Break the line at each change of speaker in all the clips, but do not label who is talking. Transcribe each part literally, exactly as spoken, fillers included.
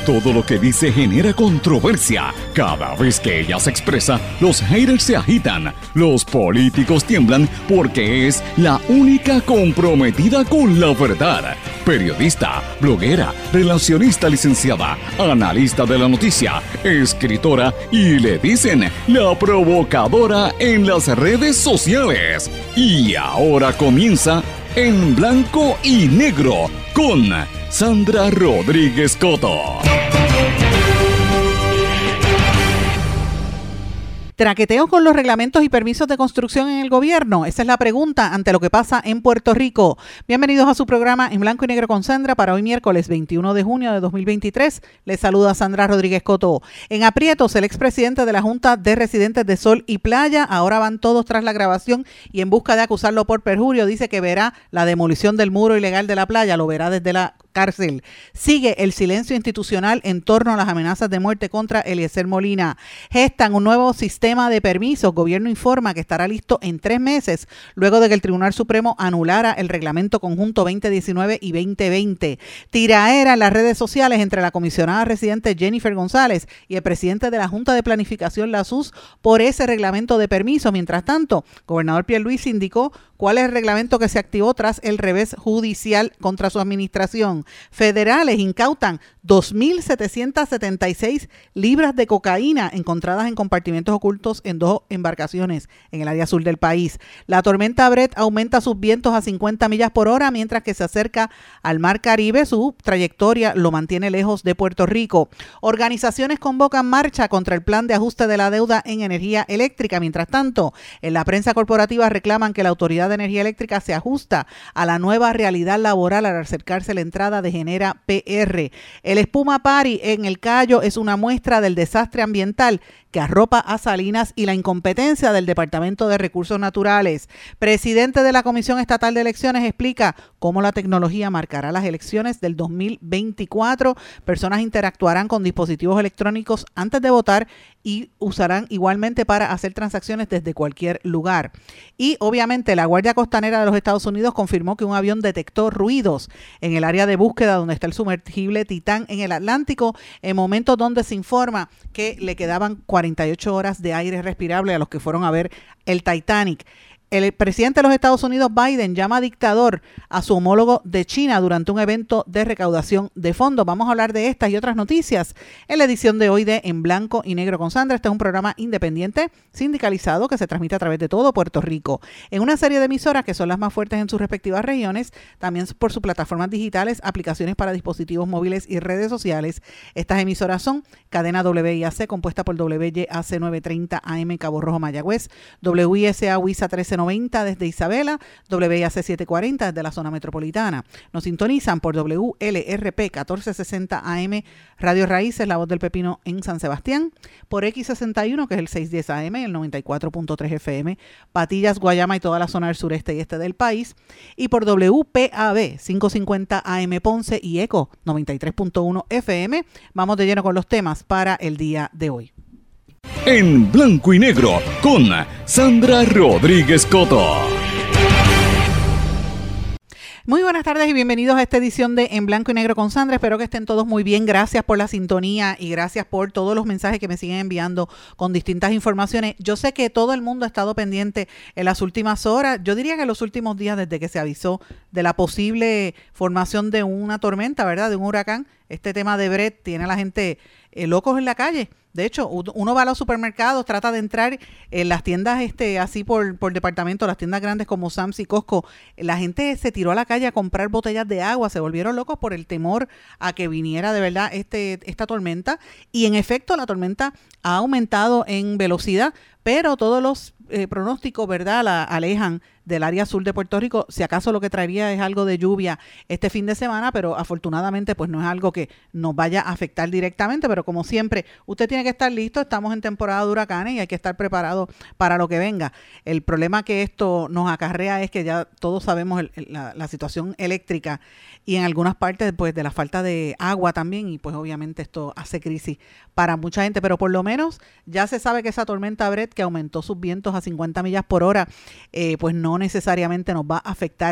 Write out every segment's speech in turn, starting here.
Todo lo que dice genera controversia. Cada vez que ella se expresa, los haters se agitan, los políticos tiemblan porque es la única comprometida con la verdad. Periodista, bloguera, relacionista licenciada, analista de la noticia, escritora y le dicen la provocadora en las redes sociales. Y ahora comienza En Blanco y Negro con Sandra Rodríguez Coto.
¿Traqueteos con los reglamentos y permisos de construcción en el gobierno? Esa es la pregunta ante lo que pasa en Puerto Rico. Bienvenidos a su programa En Blanco y Negro con Sandra para hoy miércoles veintiuno de junio de dos mil veintitrés. Les saluda Sandra Rodríguez Coto. En aprietos, el expresidente de la Junta de Residentes de Sol y Playa, ahora van todos tras la grabación y en busca de acusarlo por perjurio, dice que verá la demolición del muro ilegal de la playa, lo verá desde la cárcel. Sigue el silencio institucional en torno a las amenazas de muerte contra Eliezer Molina. Gestan un nuevo sistema de permisos. Gobierno informa que estará listo en tres meses, luego de que el Tribunal Supremo anulara el reglamento conjunto veinte diecinueve y veinte veinte. Tiraera en las redes sociales entre la comisionada residente Jennifer González y el presidente de la Junta de Planificación, la S U S, por ese reglamento de permiso. Mientras tanto, gobernador Pierluisi indicó cuál es el reglamento que se activó tras el revés judicial contra su administración. Federales incautan dos mil setecientas setenta y seis libras de cocaína encontradas en compartimentos ocultos en dos embarcaciones en el área sur del país. La tormenta Brett aumenta sus vientos a cincuenta millas por hora mientras que se acerca al Mar Caribe. Su trayectoria lo mantiene lejos de Puerto Rico. Organizaciones convocan marcha contra el plan de ajuste de la deuda en energía eléctrica. Mientras tanto, en la prensa corporativa reclaman que la Autoridad de Energía Eléctrica se ajusta a la nueva realidad laboral al acercarse la entrada de Genera P R. El Espuma Party en el Cayo es una muestra del desastre ambiental que arropa a Salinas y la incompetencia del Departamento de Recursos Naturales. Presidente de la Comisión Estatal de Elecciones explica cómo la tecnología marcará las elecciones del dos mil veinticuatro. Personas interactuarán con dispositivos electrónicos antes de votar y usarán igualmente para hacer transacciones desde cualquier lugar. Y obviamente la Guardia Costanera de los Estados Unidos confirmó que un avión detectó ruidos en el área de búsqueda donde está el sumergible Titán en el Atlántico, en momentos donde se informa que le quedaban cuarenta y ocho horas de aire respirable a los que fueron a ver el Titanic. El presidente de los Estados Unidos, Biden, llama dictador a su homólogo de China durante un evento de recaudación de fondos. Vamos a hablar de estas y otras noticias en la edición de hoy de En Blanco y Negro con Sandra. Este es un programa independiente, sindicalizado, que se transmite a través de todo Puerto Rico, en una serie de emisoras que son las más fuertes en sus respectivas regiones, también por sus plataformas digitales, aplicaciones para dispositivos móviles y redes sociales. Estas emisoras son Cadena W I A C, compuesta por W Y A C novecientos treinta A M Cabo Rojo, Mayagüez, W I S A Huiza trece noventa desde Isabela, W I A C setecientos cuarenta desde la zona metropolitana. Nos sintonizan por W L R P catorce sesenta A M Radio Raíces, La Voz del Pepino en San Sebastián, por X sesenta y uno, que es el seiscientos diez A M, el noventa y cuatro punto tres F M, Patillas, Guayama y toda la zona del sureste y este del país, y por W P A B quinientos cincuenta A M Ponce y Eco noventa y tres punto uno F M. Vamos de lleno con los temas para el día de hoy.
En Blanco y Negro con Sandra Rodríguez Coto.
Muy buenas tardes y bienvenidos a esta edición de En Blanco y Negro con Sandra. Espero que estén todos muy bien. Gracias por la sintonía y gracias por todos los mensajes que me siguen enviando con distintas informaciones. Yo sé que todo el mundo ha estado pendiente en las últimas horas, yo diría que en los últimos días desde que se avisó de la posible formación de una tormenta, ¿verdad? De un huracán. Este tema de Brett tiene a la gente eh, locos en la calle. De hecho, uno va a los supermercados, trata de entrar en las tiendas este así por, por departamento, las tiendas grandes como Sam's y Costco. La gente se tiró a la calle a comprar botellas de agua, se volvieron locos por el temor a que viniera de verdad este esta tormenta. Y en efecto, la tormenta ha aumentado en velocidad, pero todos los eh, pronósticos, ¿verdad?, la alejan del área sur de Puerto Rico. Si acaso lo que traería es algo de lluvia este fin de semana, pero afortunadamente pues no es algo que nos vaya a afectar directamente, pero como siempre, usted tiene que estar listo, estamos en temporada de huracanes y hay que estar preparado para lo que venga. El problema que esto nos acarrea es que ya todos sabemos el, el, la, la situación eléctrica y en algunas partes pues de la falta de agua también, y pues obviamente esto hace crisis para mucha gente, pero por lo menos ya se sabe que esa tormenta Brett, que aumentó sus vientos a cincuenta millas por hora, eh, pues no necesariamente nos va a afectar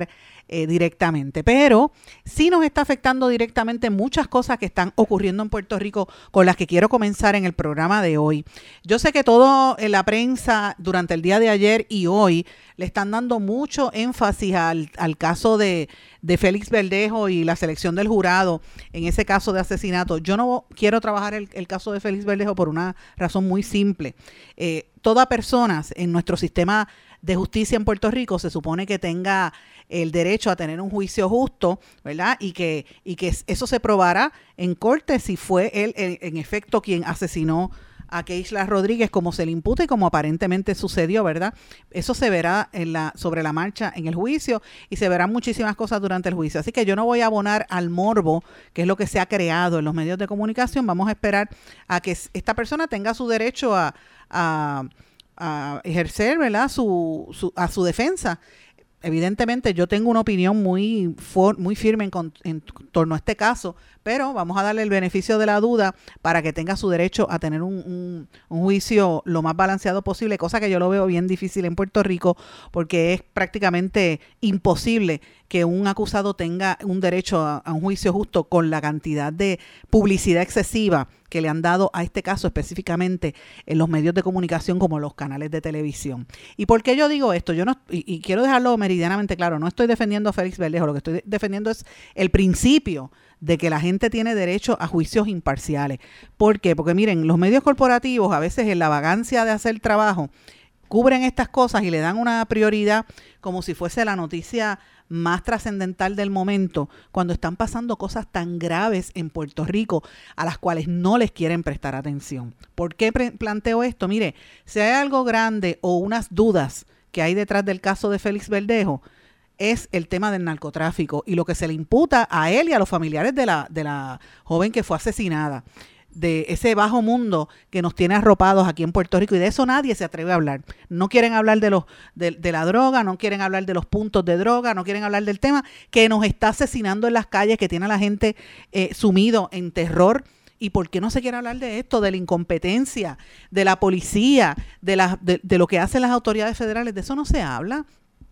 eh, directamente. Pero sí nos está afectando directamente muchas cosas que están ocurriendo en Puerto Rico, con las que quiero comenzar en el programa de hoy. Yo sé que todo en la prensa durante el día de ayer y hoy le están dando mucho énfasis al, al caso de, de Félix Verdejo y la selección del jurado en ese caso de asesinato. Yo no quiero trabajar el, el caso de Félix Verdejo por una razón muy simple. Eh, toda persona en nuestro sistema de justicia en Puerto Rico se supone que tenga el derecho a tener un juicio justo, ¿verdad? Y que, y que eso se probará en corte si fue él en, en efecto quien asesinó a Keisla Rodríguez, como se le imputa y como aparentemente sucedió, ¿verdad? Eso se verá en la, sobre la marcha en el juicio y se verán muchísimas cosas durante el juicio. Así que yo no voy a abonar al morbo, que es lo que se ha creado en los medios de comunicación. Vamos a esperar a que esta persona tenga su derecho a, a, a ejercer, ¿verdad? Su, su, a su defensa. Evidentemente yo tengo una opinión muy, for, muy firme en, en torno a este caso, pero vamos a darle el beneficio de la duda para que tenga su derecho a tener un, un, un juicio lo más balanceado posible, cosa que yo lo veo bien difícil en Puerto Rico porque es prácticamente imposible que un acusado tenga un derecho a, a un juicio justo con la cantidad de publicidad excesiva que le han dado a este caso específicamente en los medios de comunicación como los canales de televisión. ¿Y por qué yo digo esto? Yo no, y, y quiero dejarlo meridianamente claro, no estoy defendiendo a Félix Verdejo, lo que estoy defendiendo es el principio de que la gente tiene derecho a juicios imparciales. ¿Por qué? Porque miren, los medios corporativos a veces en la vagancia de hacer trabajo cubren estas cosas y le dan una prioridad como si fuese la noticia más trascendental del momento, cuando están pasando cosas tan graves en Puerto Rico a las cuales no les quieren prestar atención. ¿Por qué pre- planteo esto? Mire, si hay algo grande o unas dudas que hay detrás del caso de Félix Verdejo, es el tema del narcotráfico y lo que se le imputa a él y a los familiares de la, de la joven que fue asesinada, de ese bajo mundo que nos tiene arropados aquí en Puerto Rico, y de eso nadie se atreve a hablar. No quieren hablar de los de, de la droga, no quieren hablar de los puntos de droga, no quieren hablar del tema que nos está asesinando en las calles, que tiene a la gente eh, sumido en terror. ¿Y por qué no se quiere hablar de esto? De la incompetencia, de la policía, de, la, de, de lo que hacen las autoridades federales. De eso no se habla.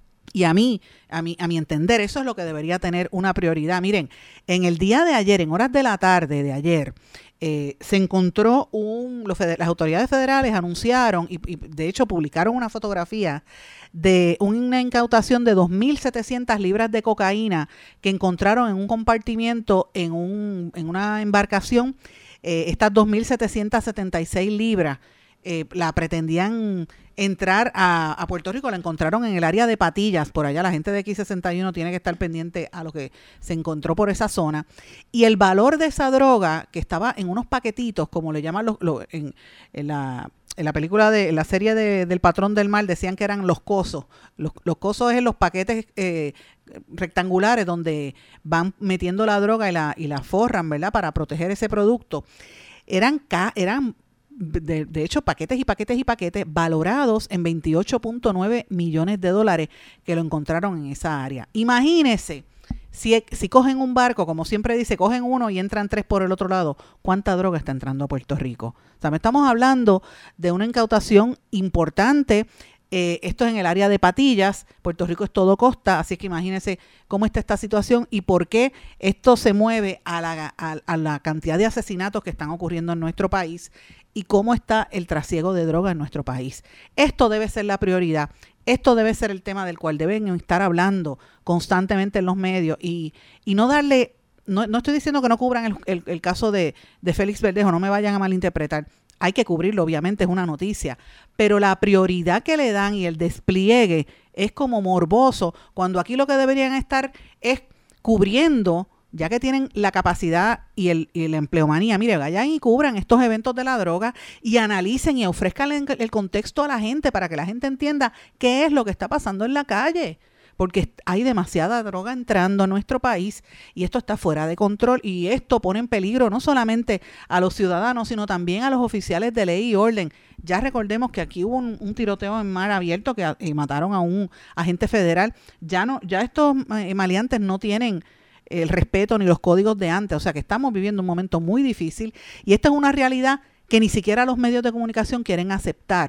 Y a mí, a mí, a mi entender, eso es lo que debería tener una prioridad. Miren, en el día de ayer, en horas de la tarde de ayer, eh, se encontró un, los feder, las autoridades federales anunciaron y, y de hecho publicaron una fotografía de una incautación de dos mil setecientas libras de cocaína que encontraron en un compartimiento en, un, en una embarcación. Eh, estas dos mil setecientas setenta y seis libras eh, la pretendían entrar a, a Puerto Rico, la encontraron en el área de Patillas, por allá la gente de X sesenta y uno tiene que estar pendiente a lo que se encontró por esa zona, y el valor de esa droga que estaba en unos paquetitos, como le llaman los, los en, en la en la película de en la serie de, del Patrón del Mal decían que eran los cosos, los, los cosos es los paquetes eh, rectangulares donde van metiendo la droga y la, y la forran, ¿verdad?, para proteger ese producto. Eran, eran De, de hecho, paquetes y paquetes y paquetes valorados en veintiocho punto nueve millones de dólares que lo encontraron en esa área. Imagínense, si, si cogen un barco, como siempre dice, cogen uno y entran tres por el otro lado, ¿cuánta droga está entrando a Puerto Rico? O sea, me estamos hablando de una incautación importante. Eh, esto es en el área de Patillas, Puerto Rico es todo costa, así que imagínense cómo está esta situación y por qué esto se mueve a la, a, a la cantidad de asesinatos que están ocurriendo en nuestro país y cómo está el trasiego de droga en nuestro país. Esto debe ser la prioridad, esto debe ser el tema del cual deben estar hablando constantemente en los medios y, y no darle, no, no estoy diciendo que no cubran el, el, el caso de, de Félix Verdejo, no me vayan a malinterpretar. Hay que cubrirlo, obviamente es una noticia, pero la prioridad que le dan y el despliegue es como morboso, cuando aquí lo que deberían estar es cubriendo, ya que tienen la capacidad y, el, y la empleomanía. Mire, vayan y cubran estos eventos de la droga y analicen y ofrezcan el, el contexto a la gente para que la gente entienda qué es lo que está pasando en la calle. Porque hay demasiada droga entrando a nuestro país y esto está fuera de control y esto pone en peligro no solamente a los ciudadanos, sino también a los oficiales de ley y orden. Ya recordemos que aquí hubo un, un tiroteo en mar abierto que eh, mataron a un agente federal. Ya no, ya estos eh, maleantes no tienen el respeto ni los códigos de antes, o sea que estamos viviendo un momento muy difícil y esta es una realidad que ni siquiera los medios de comunicación quieren aceptar.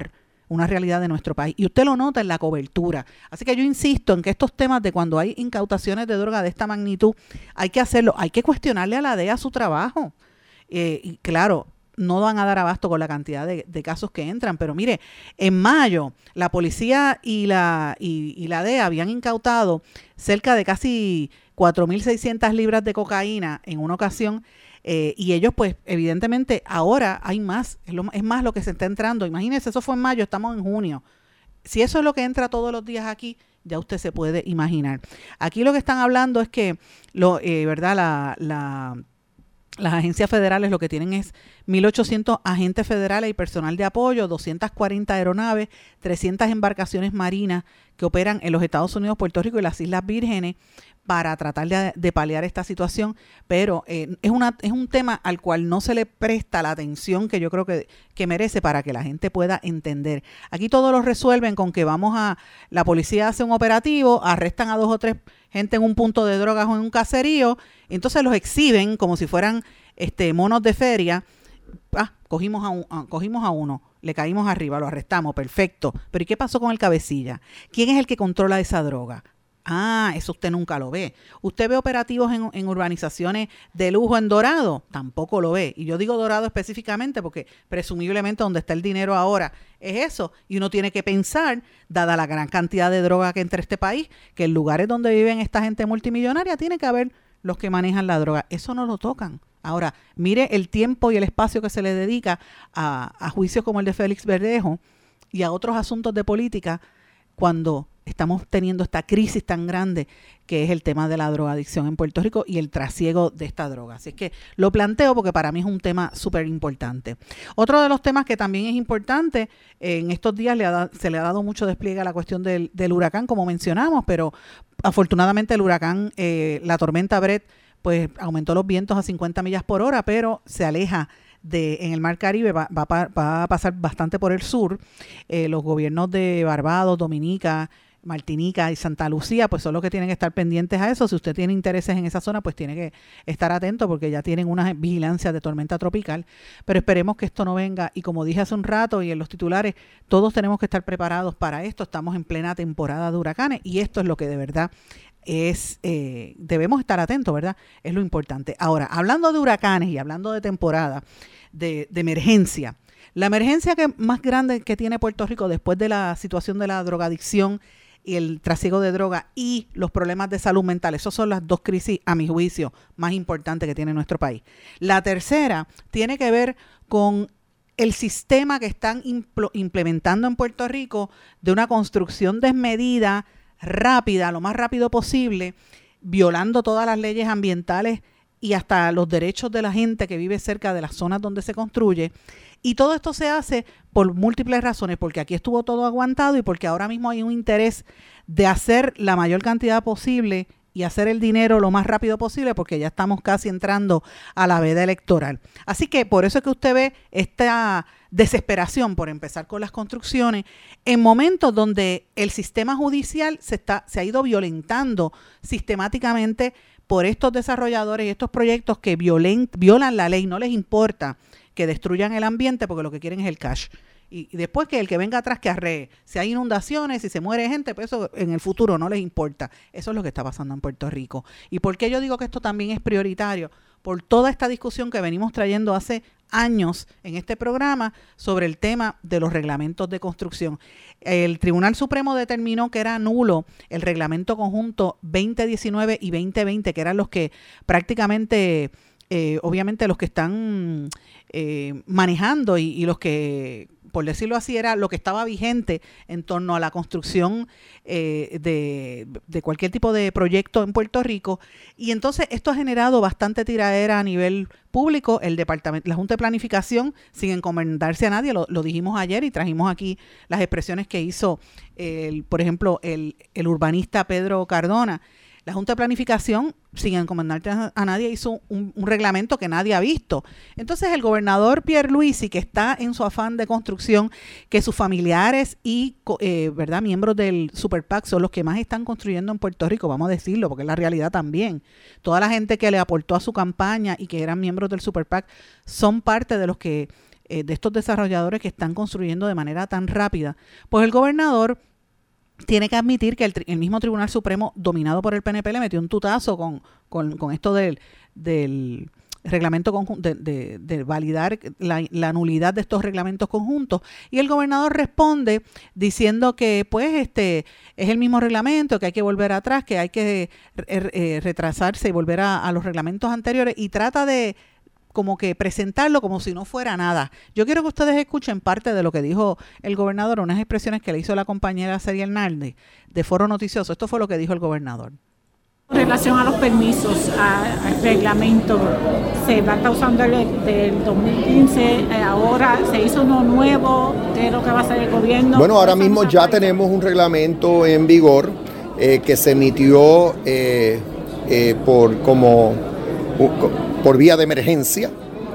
una realidad de nuestro país. Y usted lo nota en la cobertura. Así que yo insisto en que estos temas de cuando hay incautaciones de droga de esta magnitud, hay que hacerlo, hay que cuestionarle a la D E A su trabajo. Eh, y claro, no van a dar abasto con la cantidad de, de casos que entran, pero mire, en mayo la policía y la, y, y la D E A habían incautado cerca de casi cuatro mil seiscientas libras de cocaína en una ocasión, eh, y ellos pues evidentemente ahora hay más, es, lo, es más lo que se está entrando. Imagínense, eso fue en mayo, estamos en junio. Si eso es lo que entra todos los días aquí, ya usted se puede imaginar. Aquí lo que están hablando es que, lo, eh, ¿verdad? La... la Las agencias federales lo que tienen es mil ochocientos agentes federales y personal de apoyo, doscientas cuarenta aeronaves, trescientas embarcaciones marinas que operan en los Estados Unidos, Puerto Rico y las Islas Vírgenes para tratar de, de paliar esta situación, pero eh, es, una, es un tema al cual no se le presta la atención que yo creo que, que merece para que la gente pueda entender. Aquí todo lo resuelven con que vamos a, la policía hace un operativo, arrestan a dos o tres gente en un punto de drogas o en un caserío, entonces los exhiben como si fueran este, monos de feria. Ah, cogimos a, un, a, cogimos a uno, le caímos arriba, lo arrestamos, perfecto. Pero ¿y qué pasó con el cabecilla? ¿Quién es el que controla esa droga? Ah, eso usted nunca lo ve. ¿Usted ve operativos en, en urbanizaciones de lujo en Dorado? Tampoco lo ve. Y yo digo Dorado específicamente porque presumiblemente donde está el dinero ahora es eso. Y uno tiene que pensar, dada la gran cantidad de droga que entra a este país, que en lugares donde viven esta gente multimillonaria tiene que haber los que manejan la droga. Eso no lo tocan. Ahora, mire el tiempo y el espacio que se le dedica a, a juicios como el de Félix Verdejo y a otros asuntos de política cuando estamos teniendo esta crisis tan grande que es el tema de la drogadicción en Puerto Rico y el trasiego de esta droga. Así es que lo planteo porque para mí es un tema súper importante. Otro de los temas que también es importante, en estos días le ha, se le ha dado mucho despliegue a la cuestión del, del huracán, como mencionamos, pero afortunadamente el huracán, eh, la tormenta Brett, pues aumentó los vientos a cincuenta millas por hora, pero se aleja de en el Mar Caribe, va, va, va a pasar bastante por el sur. Eh, los gobiernos de Barbados, Dominica, Martinica y Santa Lucía, pues son los que tienen que estar pendientes a eso. Si usted tiene intereses en esa zona, pues tiene que estar atento porque ya tienen una vigilancia de tormenta tropical. Pero esperemos que esto no venga. Y como dije hace un rato y en los titulares, todos tenemos que estar preparados para esto. Estamos en plena temporada de huracanes y esto es lo que de verdad es, eh, debemos estar atentos, ¿verdad? Es lo importante. Ahora, hablando de huracanes y hablando de temporada, de, de emergencia, la emergencia que más grande que tiene Puerto Rico después de la situación de la drogadicción y el trasiego de droga y los problemas de salud mental, esas son las dos crisis, a mi juicio, más importantes que tiene nuestro país. La tercera tiene que ver con el sistema que están impl- implementando en Puerto Rico de una construcción desmedida, rápida, lo más rápido posible, violando todas las leyes ambientales y hasta los derechos de la gente que vive cerca de las zonas donde se construye. Y todo esto se hace por múltiples razones, porque aquí estuvo todo aguantado y porque ahora mismo hay un interés de hacer la mayor cantidad posible y hacer el dinero lo más rápido posible, porque ya estamos casi entrando a la veda electoral. Así que por eso es que usted ve esta desesperación por empezar con las construcciones en momentos donde el sistema judicial se, está, se ha ido violentando sistemáticamente por estos desarrolladores y estos proyectos que violen, violan la ley. No les importa que destruyan el ambiente porque lo que quieren es el cash. Y, y después que el que venga atrás que arree. Si hay inundaciones, si se muere gente, pues eso en el futuro no les importa. Eso es lo que está pasando en Puerto Rico. ¿Y por qué yo digo que esto también es prioritario? Por toda esta discusión que venimos trayendo hace años en este programa sobre el tema de los reglamentos de construcción. El Tribunal Supremo determinó que era nulo el reglamento conjunto veinte diecinueve y veinte veinte, que eran los que prácticamente, eh, obviamente los que están eh, manejando y, y los que, por decirlo así, era lo que estaba vigente en torno a la construcción eh, de, de cualquier tipo de proyecto en Puerto Rico. Y entonces esto ha generado bastante tiradera a nivel público. El departamento, la Junta de Planificación, sin encomendarse a nadie, lo, lo dijimos ayer y trajimos aquí las expresiones que hizo, el, por ejemplo, el, el urbanista Pedro Cardona. La Junta de Planificación, sin encomendarse a, a nadie, hizo un, un reglamento que nadie ha visto. Entonces el gobernador Pierluisi, que está en su afán de construcción, que sus familiares y eh, verdad miembros del Super PAC son los que más están construyendo en Puerto Rico, vamos a decirlo, porque es la realidad también. Toda la gente que le aportó a su campaña y que eran miembros del Super PAC son parte de los que eh, de estos desarrolladores que están construyendo de manera tan rápida, pues el gobernador tiene que admitir que el, el mismo Tribunal Supremo, dominado por el P N P, le metió un tutazo con, con, con esto del, del reglamento conjunto, de, de, de validar la, la nulidad de estos reglamentos conjuntos, y el gobernador responde diciendo que pues este es el mismo reglamento, que hay que volver atrás, que hay que eh, eh, retrasarse y volver a, a los reglamentos anteriores, y trata de como que presentarlo como si no fuera nada. Yo quiero que ustedes escuchen parte de lo que dijo el gobernador, unas expresiones que le hizo la compañera Seri Hernández de Foro Noticioso. Esto fue lo que dijo el gobernador.
En relación a los permisos, al reglamento, se va causando el, del dos mil quince, eh, ahora se hizo uno nuevo, ¿qué es lo que va a hacer el gobierno?
Bueno, ahora mismo ya tenemos un reglamento en vigor eh, que se emitió eh, eh, por como... por vía de emergencia.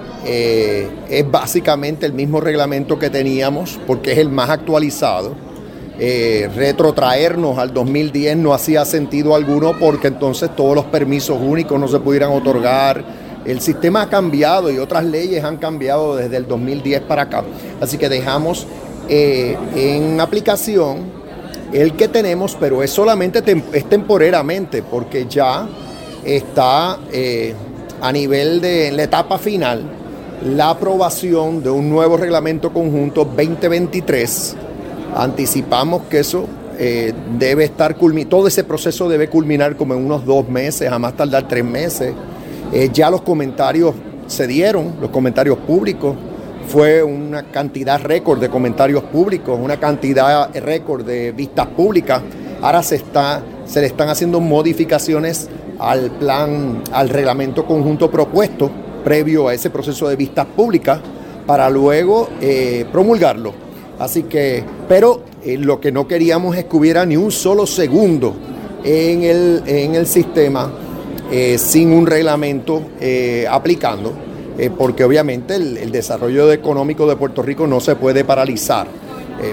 Eh, es básicamente el mismo reglamento que teníamos porque es el más actualizado. Eh, retrotraernos al dos mil diez no hacía sentido alguno porque entonces todos los permisos únicos no se pudieran otorgar. El sistema ha cambiado y otras leyes han cambiado desde el dos mil diez para acá. Así que dejamos eh, en aplicación el que tenemos, pero es solamente tem- es temporeramente porque ya está eh, a nivel de la etapa final la aprobación de un nuevo reglamento conjunto veinte veintitrés. Anticipamos que eso eh, debe estar culminado, todo ese proceso debe culminar como en unos dos meses, a más tardar tres meses. Eh, ya los comentarios se dieron, los comentarios públicos, fue una cantidad récord de comentarios públicos, una cantidad récord de vistas públicas. Ahora se está, se le están haciendo modificaciones al plan, al reglamento conjunto propuesto previo a ese proceso de vistas públicas para luego eh, promulgarlo. Así que, pero eh, lo que no queríamos es que hubiera ni un solo segundo en el, en el sistema eh, sin un reglamento eh, aplicando, eh, porque obviamente el, el desarrollo económico de Puerto Rico no se puede paralizar. Eh,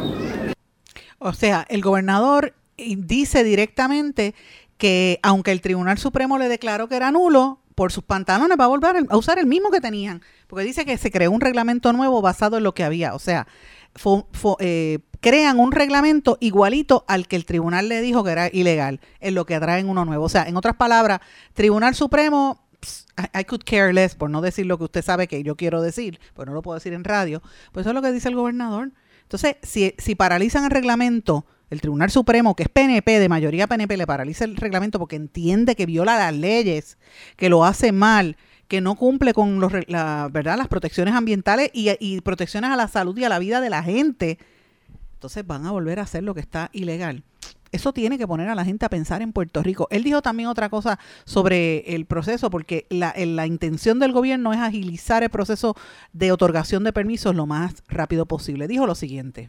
o sea, el gobernador dice directamente que aunque el Tribunal Supremo le declaró que era nulo, por sus pantalones va a volver a usar el mismo que tenían, porque dice que se creó un reglamento nuevo basado en lo que había. O sea, fue, fue, eh, crean un reglamento igualito al que el tribunal le dijo que era ilegal, en lo que traen uno nuevo. O sea, en otras palabras, Tribunal Supremo, pss, I, I could care less, por no decir lo que usted sabe que yo quiero decir, pues no lo puedo decir en radio, pues eso es lo que dice el gobernador. Entonces, si, si paralizan el reglamento, el Tribunal Supremo, que es P N P, de mayoría P N P, le paraliza el reglamento porque entiende que viola las leyes, que lo hace mal, que no cumple con los, la, ¿verdad? las protecciones ambientales y, y protecciones a la salud y a la vida de la gente, entonces van a volver a hacer lo que está ilegal. Eso tiene que poner a la gente a pensar en Puerto Rico. Él dijo también otra cosa sobre el proceso, porque la, la intención del gobierno es agilizar el proceso de otorgación de permisos lo más rápido posible. Dijo lo siguiente.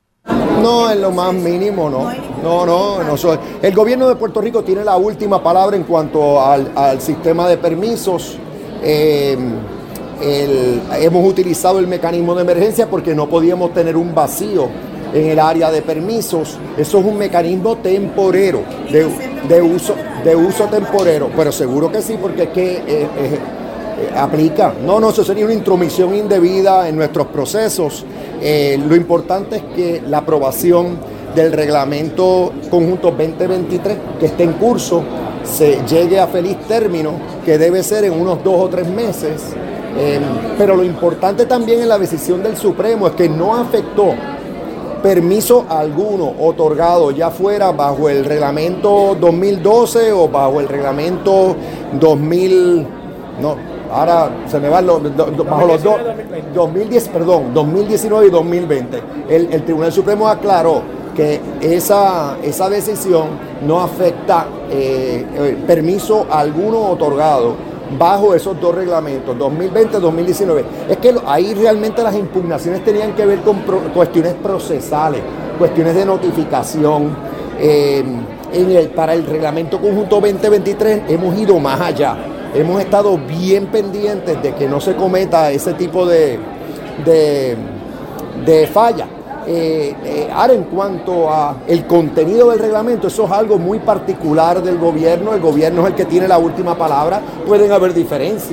No, en lo más mínimo, no. No, no, no soy. El gobierno de Puerto Rico tiene la última palabra en cuanto al, al sistema de permisos. Eh, el, hemos utilizado el mecanismo de emergencia porque no podíamos tener un vacío en el área de permisos. Eso es un mecanismo temporero, de, de, uso, de uso temporero, pero seguro que sí, porque es que eh, eh, eh, aplica. No, no, eso sería una intromisión indebida en nuestros procesos. Eh, lo importante es que la aprobación del reglamento conjunto veinte veintitrés, que está en curso, se llegue a feliz término, que debe ser en unos dos o tres meses. Eh, pero lo importante también en la decisión del Supremo es que no afectó permiso alguno otorgado, ya fuera bajo el reglamento dos mil doce o bajo el reglamento dos mil, no, ahora se me van los, do, do, bajo los dos, dos mil diez, perdón, dos mil diecinueve y dos mil veinte. El, el Tribunal Supremo aclaró que esa, esa decisión no afecta eh, eh, permiso alguno otorgado bajo esos dos reglamentos, dos mil veinte y dos mil diecinueve. Es que ahí realmente las impugnaciones tenían que ver con pro, cuestiones procesales, cuestiones de notificación. Eh, en el, para el reglamento conjunto veinte veintitrés hemos ido más allá. Hemos estado bien pendientes de que no se cometa ese tipo de, de, de falla. Eh, eh, ahora, en cuanto a el contenido del reglamento, eso es algo muy particular del gobierno. El gobierno es el que tiene la última palabra. Pueden haber diferencias,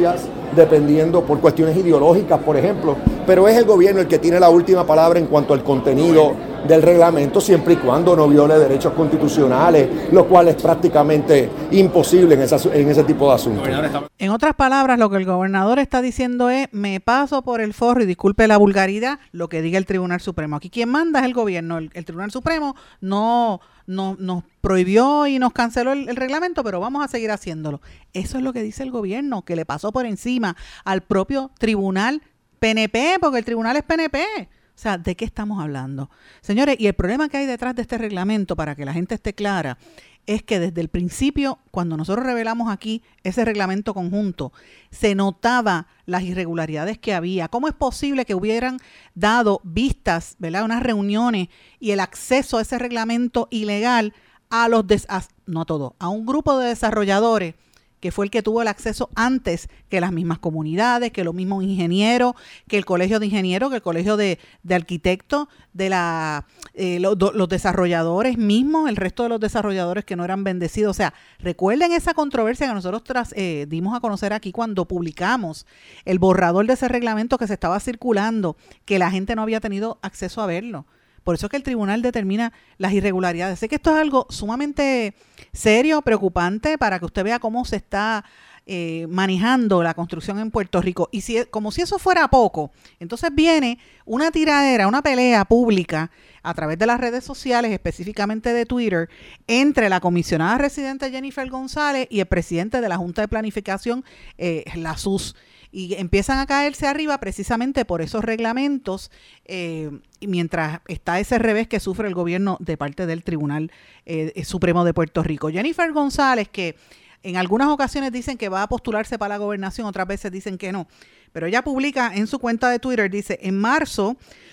dependiendo por cuestiones ideológicas, por ejemplo, pero es el gobierno el que tiene la última palabra en cuanto al contenido del reglamento, siempre y cuando no viole derechos constitucionales, lo cual es prácticamente imposible en, esa, en ese tipo de asuntos.
En otras palabras, lo que el gobernador está diciendo es, me paso por el forro, y disculpe la vulgaridad, lo que diga el Tribunal Supremo. Aquí quien manda es el gobierno, el, el Tribunal Supremo no, no nos prohibió y nos canceló el, el reglamento, pero vamos a seguir haciéndolo. Eso es lo que dice el gobierno, que le pasó por encima al propio tribunal P N P, porque el tribunal es P N P. O sea, ¿de qué estamos hablando? Señores, y el problema que hay detrás de este reglamento, para que la gente esté clara, es que desde el principio, cuando nosotros revelamos aquí ese reglamento conjunto, se notaba las irregularidades que había. ¿Cómo es posible que hubieran dado vistas, ¿verdad?, unas reuniones y el acceso a ese reglamento ilegal a los, des- a, no a todos, a un grupo de desarrolladores que fue el que tuvo el acceso antes que las mismas comunidades, que los mismos ingenieros, que el colegio de ingenieros, que el colegio de, de arquitectos, de la, eh, lo, do, los desarrolladores mismos, el resto de los desarrolladores que no eran bendecidos? O sea, recuerden esa controversia que nosotros tras, eh, dimos a conocer aquí cuando publicamos el borrador de ese reglamento que se estaba circulando, que la gente no había tenido acceso a verlo. Por eso es que el tribunal determina las irregularidades. Sé que esto es algo sumamente serio, preocupante, para que usted vea cómo se está eh, manejando la construcción en Puerto Rico. Y si como si eso fuera poco, entonces viene una tiradera, una pelea pública a través de las redes sociales, específicamente de Twitter, entre la comisionada residente Jennifer González y el presidente de la Junta de Planificación, eh, la S U S. Y empiezan a caerse arriba precisamente por esos reglamentos, eh, mientras está ese revés que sufre el gobierno de parte del Tribunal eh, Supremo de Puerto Rico. Jennifer González, que en algunas ocasiones dicen que va a postularse para la gobernación, otras veces dicen que no, pero ella publica en su cuenta de Twitter, dice, en marzo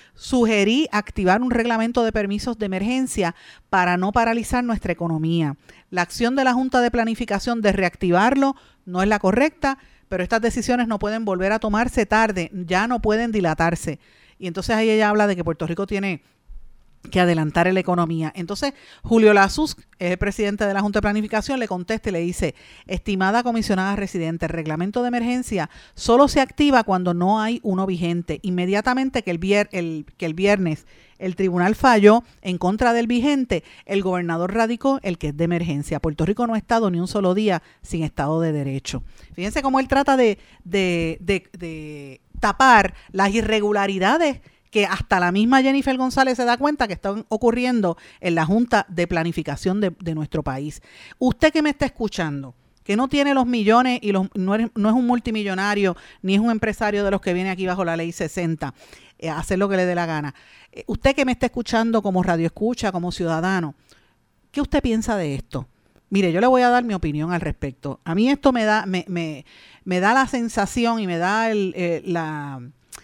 sugerí activar un reglamento de permisos de emergencia para no paralizar nuestra economía. La acción de la Junta de Planificación de reactivarlo no es la correcta, pero estas decisiones no pueden volver a tomarse tarde, ya no pueden dilatarse. Y entonces ahí ella habla de que Puerto Rico tiene que adelantar la economía. Entonces, Julio Lasus, es el presidente de la Junta de Planificación, le contesta y le dice, estimada comisionada residente, el reglamento de emergencia solo se activa cuando no hay uno vigente. Inmediatamente que el, vier, el, que el viernes el tribunal falló en contra del vigente, el gobernador radicó el que es de emergencia. Puerto Rico no ha estado ni un solo día sin Estado de Derecho. Fíjense cómo él trata de, de, de, de tapar las irregularidades que hasta la misma Jennifer González se da cuenta que están ocurriendo en la Junta de Planificación de, de nuestro país. Usted que me está escuchando, que no tiene los millones y los, no, es, no es un multimillonario, ni es un empresario de los que viene aquí bajo la ley sesenta, eh, a hacer lo que le dé la gana. Eh, usted que me está escuchando como radioescucha, como ciudadano, ¿qué usted piensa de esto? Mire, yo le voy a dar mi opinión al respecto. A mí esto me da, me, me, me da la sensación y me da el, eh, la...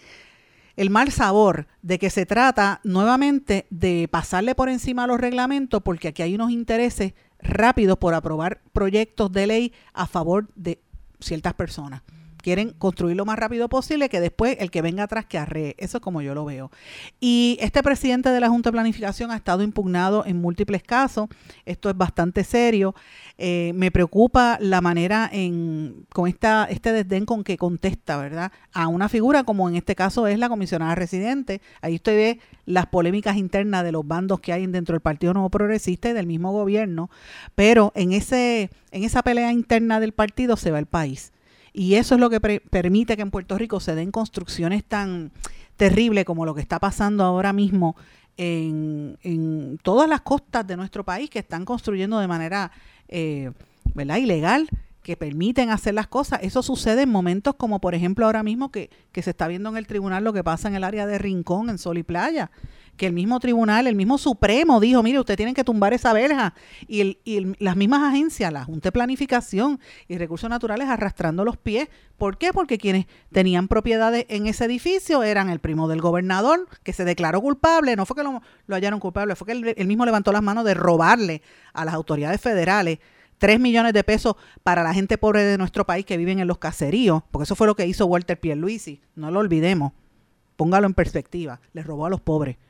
el mal sabor de que se trata nuevamente de pasarle por encima a los reglamentos, porque aquí hay unos intereses rápidos por aprobar proyectos de ley a favor de ciertas personas. Quieren construir lo más rápido posible, que después el que venga atrás que arree. Eso es como yo lo veo. Y este presidente de la Junta de Planificación ha estado impugnado en múltiples casos. Esto es bastante serio. Eh, me preocupa la manera en con esta este desdén con que contesta, ¿verdad?, a una figura como en este caso es la comisionada residente. Ahí usted ve las polémicas internas de los bandos que hay dentro del Partido Nuevo Progresista y del mismo gobierno. Pero en ese en esa pelea interna del partido se va el país. Y eso es lo que pre- permite que en Puerto Rico se den construcciones tan terribles como lo que está pasando ahora mismo en, en todas las costas de nuestro país, que están construyendo de manera eh, ¿verdad?, ilegal, que permiten hacer las cosas. Eso sucede en momentos como, por ejemplo, ahora mismo que, que se está viendo en el tribunal lo que pasa en el área de Rincón, en Sol y Playa, que el mismo tribunal, el mismo Supremo dijo, mire, ustedes tienen que tumbar esa verja, y, el, y el, las mismas agencias, la Junta de Planificación y Recursos Naturales arrastrando los pies. ¿Por qué? Porque quienes tenían propiedades en ese edificio eran el primo del gobernador, que se declaró culpable. No fue que lo, lo hallaron culpable, fue que él, él mismo levantó las manos de robarle a las autoridades federales tres millones de pesos para la gente pobre de nuestro país que viven en los caseríos, porque eso fue lo que hizo Walter Pierluisi, no lo olvidemos, póngalo en perspectiva, le robó a los pobres.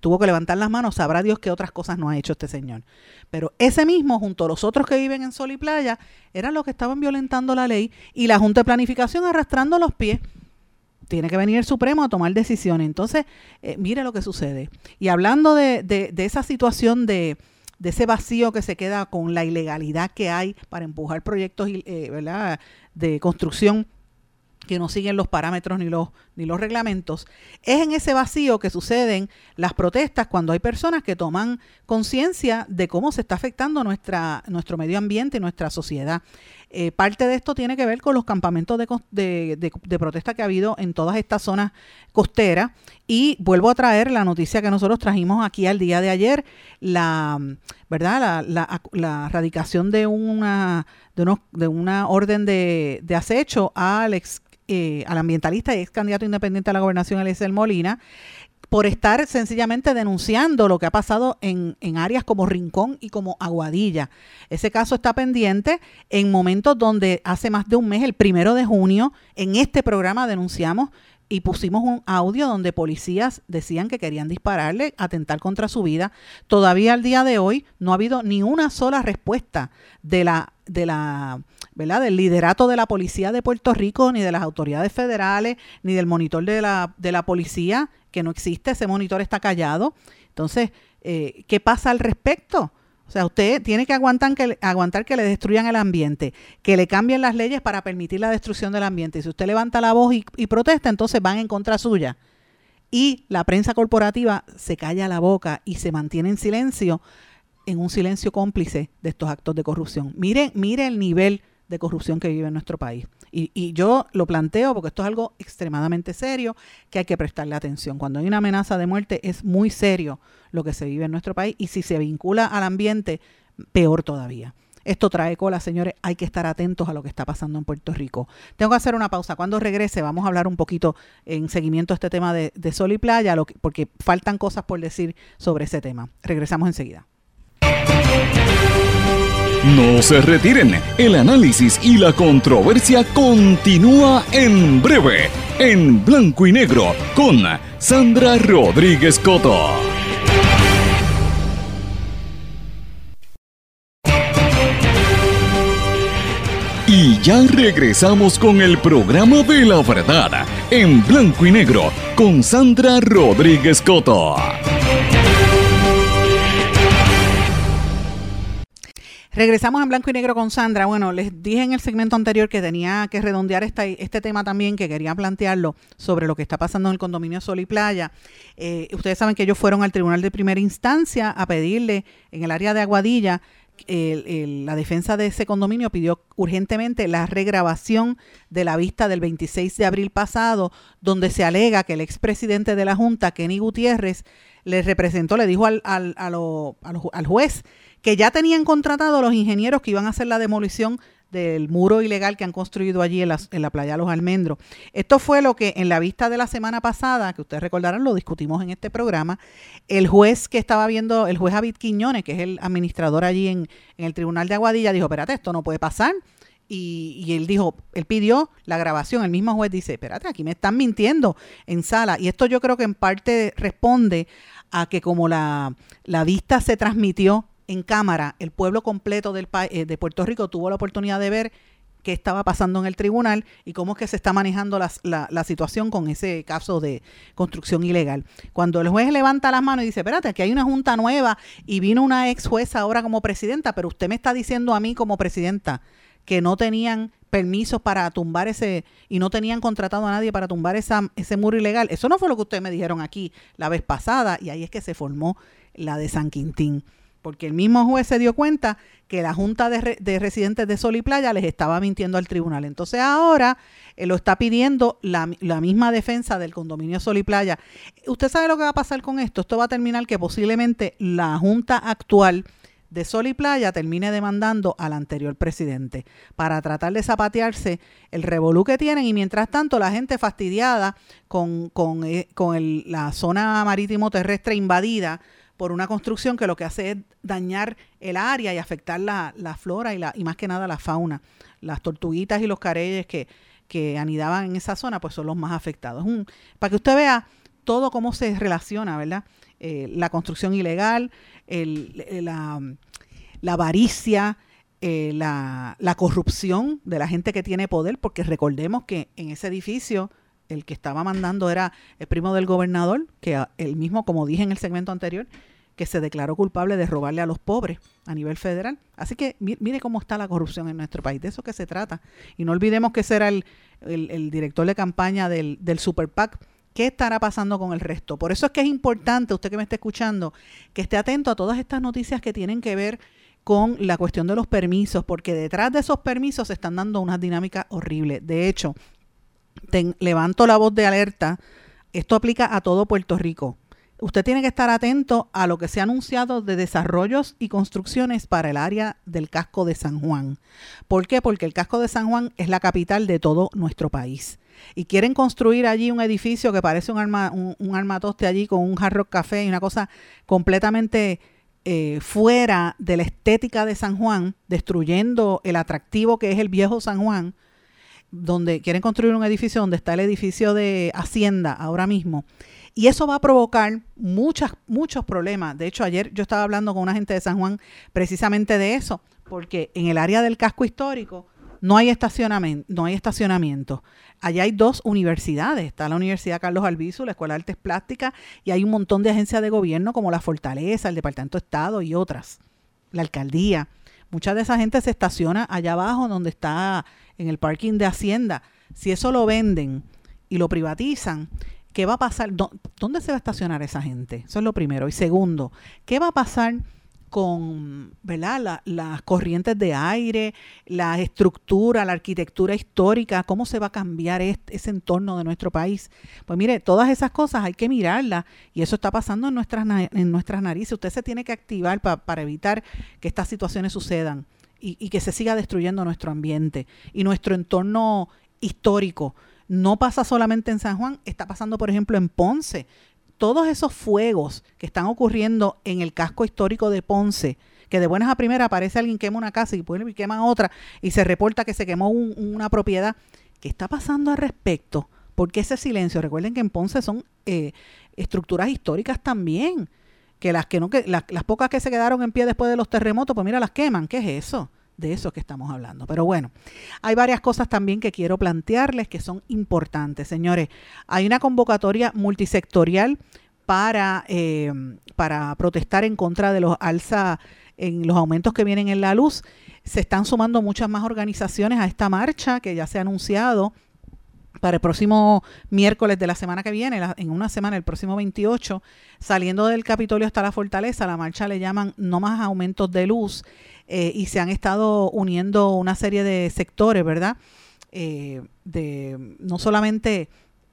tuvo que levantar las manos, sabrá Dios qué otras cosas no ha hecho este señor. Pero ese mismo, junto a los otros que viven en Sol y Playa, eran los que estaban violentando la ley y la Junta de Planificación arrastrando los pies. Tiene que venir el Supremo a tomar decisiones. Entonces, eh, mire lo que sucede. Y hablando de, de, de esa situación de, de ese vacío que se queda con la ilegalidad que hay para empujar proyectos eh, ¿verdad? de construcción que no siguen los parámetros ni los, ni los reglamentos, es en ese vacío que suceden las protestas cuando hay personas que toman conciencia de cómo se está afectando nuestra, nuestro medio ambiente y nuestra sociedad. Eh, parte de esto tiene que ver con los campamentos de, de, de, de protesta que ha habido en todas estas zonas costeras, y vuelvo a traer la noticia que nosotros trajimos aquí al día de ayer, la, ¿verdad? la, la, la radicación de una, de unos, de una orden de, de acecho al ex Eh, al ambientalista y ex candidato independiente a la gobernación Eliezer Molina, por estar sencillamente denunciando lo que ha pasado en, en áreas como Rincón y como Aguadilla. Ese caso está pendiente en momentos donde hace más de un mes, el primero de junio, en este programa denunciamos y pusimos un audio donde policías decían que querían dispararle, atentar contra su vida. Todavía al día de hoy no ha habido ni una sola respuesta de la, de la, ¿verdad? del liderato de la policía de Puerto Rico, ni de las autoridades federales, ni del monitor de la, de la policía, que no existe, ese monitor está callado. Entonces, eh, ¿qué pasa al respecto? O sea, usted tiene que aguantar que, aguantar que le destruyan el ambiente, que le cambien las leyes para permitir la destrucción del ambiente. Y si usted levanta la voz y, y protesta, entonces van en contra suya. Y la prensa corporativa se calla la boca y se mantiene en silencio, en un silencio cómplice de estos actos de corrupción. Mire, mire el nivel de corrupción que vive en nuestro país. Y, y yo lo planteo porque esto es algo extremadamente serio que hay que prestarle atención. Cuando hay una amenaza de muerte es muy serio lo que se vive en nuestro país, y si se vincula al ambiente, peor todavía. Esto trae cola, señores, hay que estar atentos a lo que está pasando en Puerto Rico. Tengo que hacer una pausa. Cuando regrese vamos a hablar un poquito en seguimiento a este tema de, de Sol y Playa, lo que, porque faltan cosas por decir sobre ese tema. Regresamos enseguida.
No se retiren, el análisis y la controversia continúa en breve, en Blanco y Negro, con Sandra Rodríguez Coto. Y ya regresamos con el programa de la verdad, en Blanco y Negro, con Sandra Rodríguez Coto.
Regresamos en Blanco y Negro con Sandra. Bueno, les dije en el segmento anterior que tenía que redondear esta, este tema también, que quería plantearlo sobre lo que está pasando en el condominio Sol y Playa. Eh, ustedes saben que ellos fueron al tribunal de primera instancia a pedirle en el área de Aguadilla, el, el, la defensa de ese condominio pidió urgentemente la regrabación de la vista del veintiséis de abril pasado, donde se alega que el expresidente de la Junta, Kenny Gutiérrez, le representó, le dijo al, al, a lo, a lo, al juez que ya tenían contratado a los ingenieros que iban a hacer la demolición del muro ilegal que han construido allí en la, en la playa Los Almendros. Esto fue lo que en la vista de la semana pasada, que ustedes recordarán, lo discutimos en este programa, el juez que estaba viendo, el juez David Quiñones, que es el administrador allí en, en el tribunal de Aguadilla, dijo, espérate, esto no puede pasar. Y, y él dijo, él pidió la grabación, el mismo juez dice, espérate, aquí me están mintiendo en sala. Y esto yo creo que en parte responde a que como la, la vista se transmitió en cámara, el pueblo completo del pa- eh, de Puerto Rico tuvo la oportunidad de ver qué estaba pasando en el tribunal y cómo es que se está manejando la, la, la situación con ese caso de construcción ilegal. Cuando el juez levanta las manos y dice, espérate, aquí hay una junta nueva y vino una ex jueza ahora como presidenta, pero usted me está diciendo a mí como presidenta que no tenían permisos para tumbar ese, y no tenían contratado a nadie para tumbar esa, ese muro ilegal. Eso no fue lo que ustedes me dijeron aquí la vez pasada, y ahí es que se formó la de San Quintín. Porque el mismo juez se dio cuenta que la Junta de, re, de Residentes de Sol y Playa les estaba mintiendo al tribunal. Entonces ahora eh, lo está pidiendo la, la misma defensa del condominio Sol y Playa. ¿Usted sabe lo que va a pasar con esto? Esto va a terminar que posiblemente la Junta actual de Sol y Playa termine demandando al anterior presidente para tratar de zapatearse el revolú que tienen, y mientras tanto la gente fastidiada con, con, eh, con el, la zona marítimo terrestre invadida por una construcción que lo que hace es dañar el área y afectar la, la flora y, la, y más que nada la fauna. Las tortuguitas y los careyes que, que anidaban en esa zona pues son los más afectados. Un, para que usted vea todo cómo se relaciona, ¿verdad? Eh, la construcción ilegal, el, la, la avaricia, eh, la, la corrupción de la gente que tiene poder, porque recordemos que en ese edificio el que estaba mandando era el primo del gobernador, que él mismo, como dije en el segmento anterior, que se declaró culpable de robarle a los pobres a nivel federal. Así que mire cómo está la corrupción en nuestro país, de eso que se trata. Y no olvidemos que ese era el, el, el director de campaña del, del Super PAC. ¿Qué estará pasando con el resto? Por eso es que es importante, usted que me está escuchando, que esté atento a todas estas noticias que tienen que ver con la cuestión de los permisos, porque detrás de esos permisos se están dando unas dinámicas horribles. De hecho, te, levanto la voz de alerta, esto aplica a todo Puerto Rico. Usted tiene que estar atento a lo que se ha anunciado de desarrollos y construcciones para el área del casco de San Juan. ¿Por qué? Porque el casco de San Juan es la capital de todo nuestro país. Y quieren construir allí un edificio que parece un, arma, un, un armatoste allí con un Hard Rock Café y una cosa completamente eh, fuera de la estética de San Juan, destruyendo el atractivo que es el viejo San Juan, donde quieren construir un edificio donde está el edificio de Hacienda ahora mismo. Y eso va a provocar muchas, muchos problemas. De hecho, ayer yo estaba hablando con una gente de San Juan precisamente de eso, porque en el área del casco histórico no hay estacionamiento, no hay estacionamiento. Allá hay dos universidades. Está la Universidad Carlos Albizu, la Escuela de Artes Plásticas, y hay un montón de agencias de gobierno como la Fortaleza, el Departamento de Estado y otras. La alcaldía. Mucha de esa gente se estaciona allá abajo donde está en el parking de Hacienda. Si eso lo venden y lo privatizan, ¿qué va a pasar? ¿Dónde se va a estacionar esa gente? Eso es lo primero. Y segundo, ¿qué va a pasar con, ¿verdad?, la, las corrientes de aire, la estructura, la arquitectura histórica? ¿Cómo se va a cambiar este, ese entorno de nuestro país? Pues mire, todas esas cosas hay que mirarlas y eso está pasando en nuestras, en nuestras narices. Usted se tiene que activar pa, para evitar que estas situaciones sucedan y, y que se siga destruyendo nuestro ambiente y nuestro entorno histórico. No pasa solamente en San Juan, está pasando, por ejemplo, en Ponce. Todos esos fuegos que están ocurriendo en el casco histórico de Ponce, que de buenas a primeras aparece alguien que quema una casa y después quema otra y se reporta que se quemó un, una propiedad. ¿Qué está pasando al respecto? ¿Por qué ese silencio? Recuerden que en Ponce son eh, estructuras históricas también, que las que no que las, las pocas que se quedaron en pie después de los terremotos, pues mira, las queman. ¿Qué es eso? De eso que estamos hablando. Pero bueno, hay varias cosas también que quiero plantearles que son importantes. Señores, hay una convocatoria multisectorial para, eh, para protestar en contra de los alza en los aumentos que vienen en la luz. Se están sumando muchas más organizaciones a esta marcha que ya se ha anunciado para el próximo miércoles de la semana que viene, en una semana, el próximo veintiocho, saliendo del Capitolio hasta la Fortaleza. La marcha le llaman No Más Aumentos de Luz, eh, y se han estado uniendo una serie de sectores, ¿verdad? Eh, de no solamente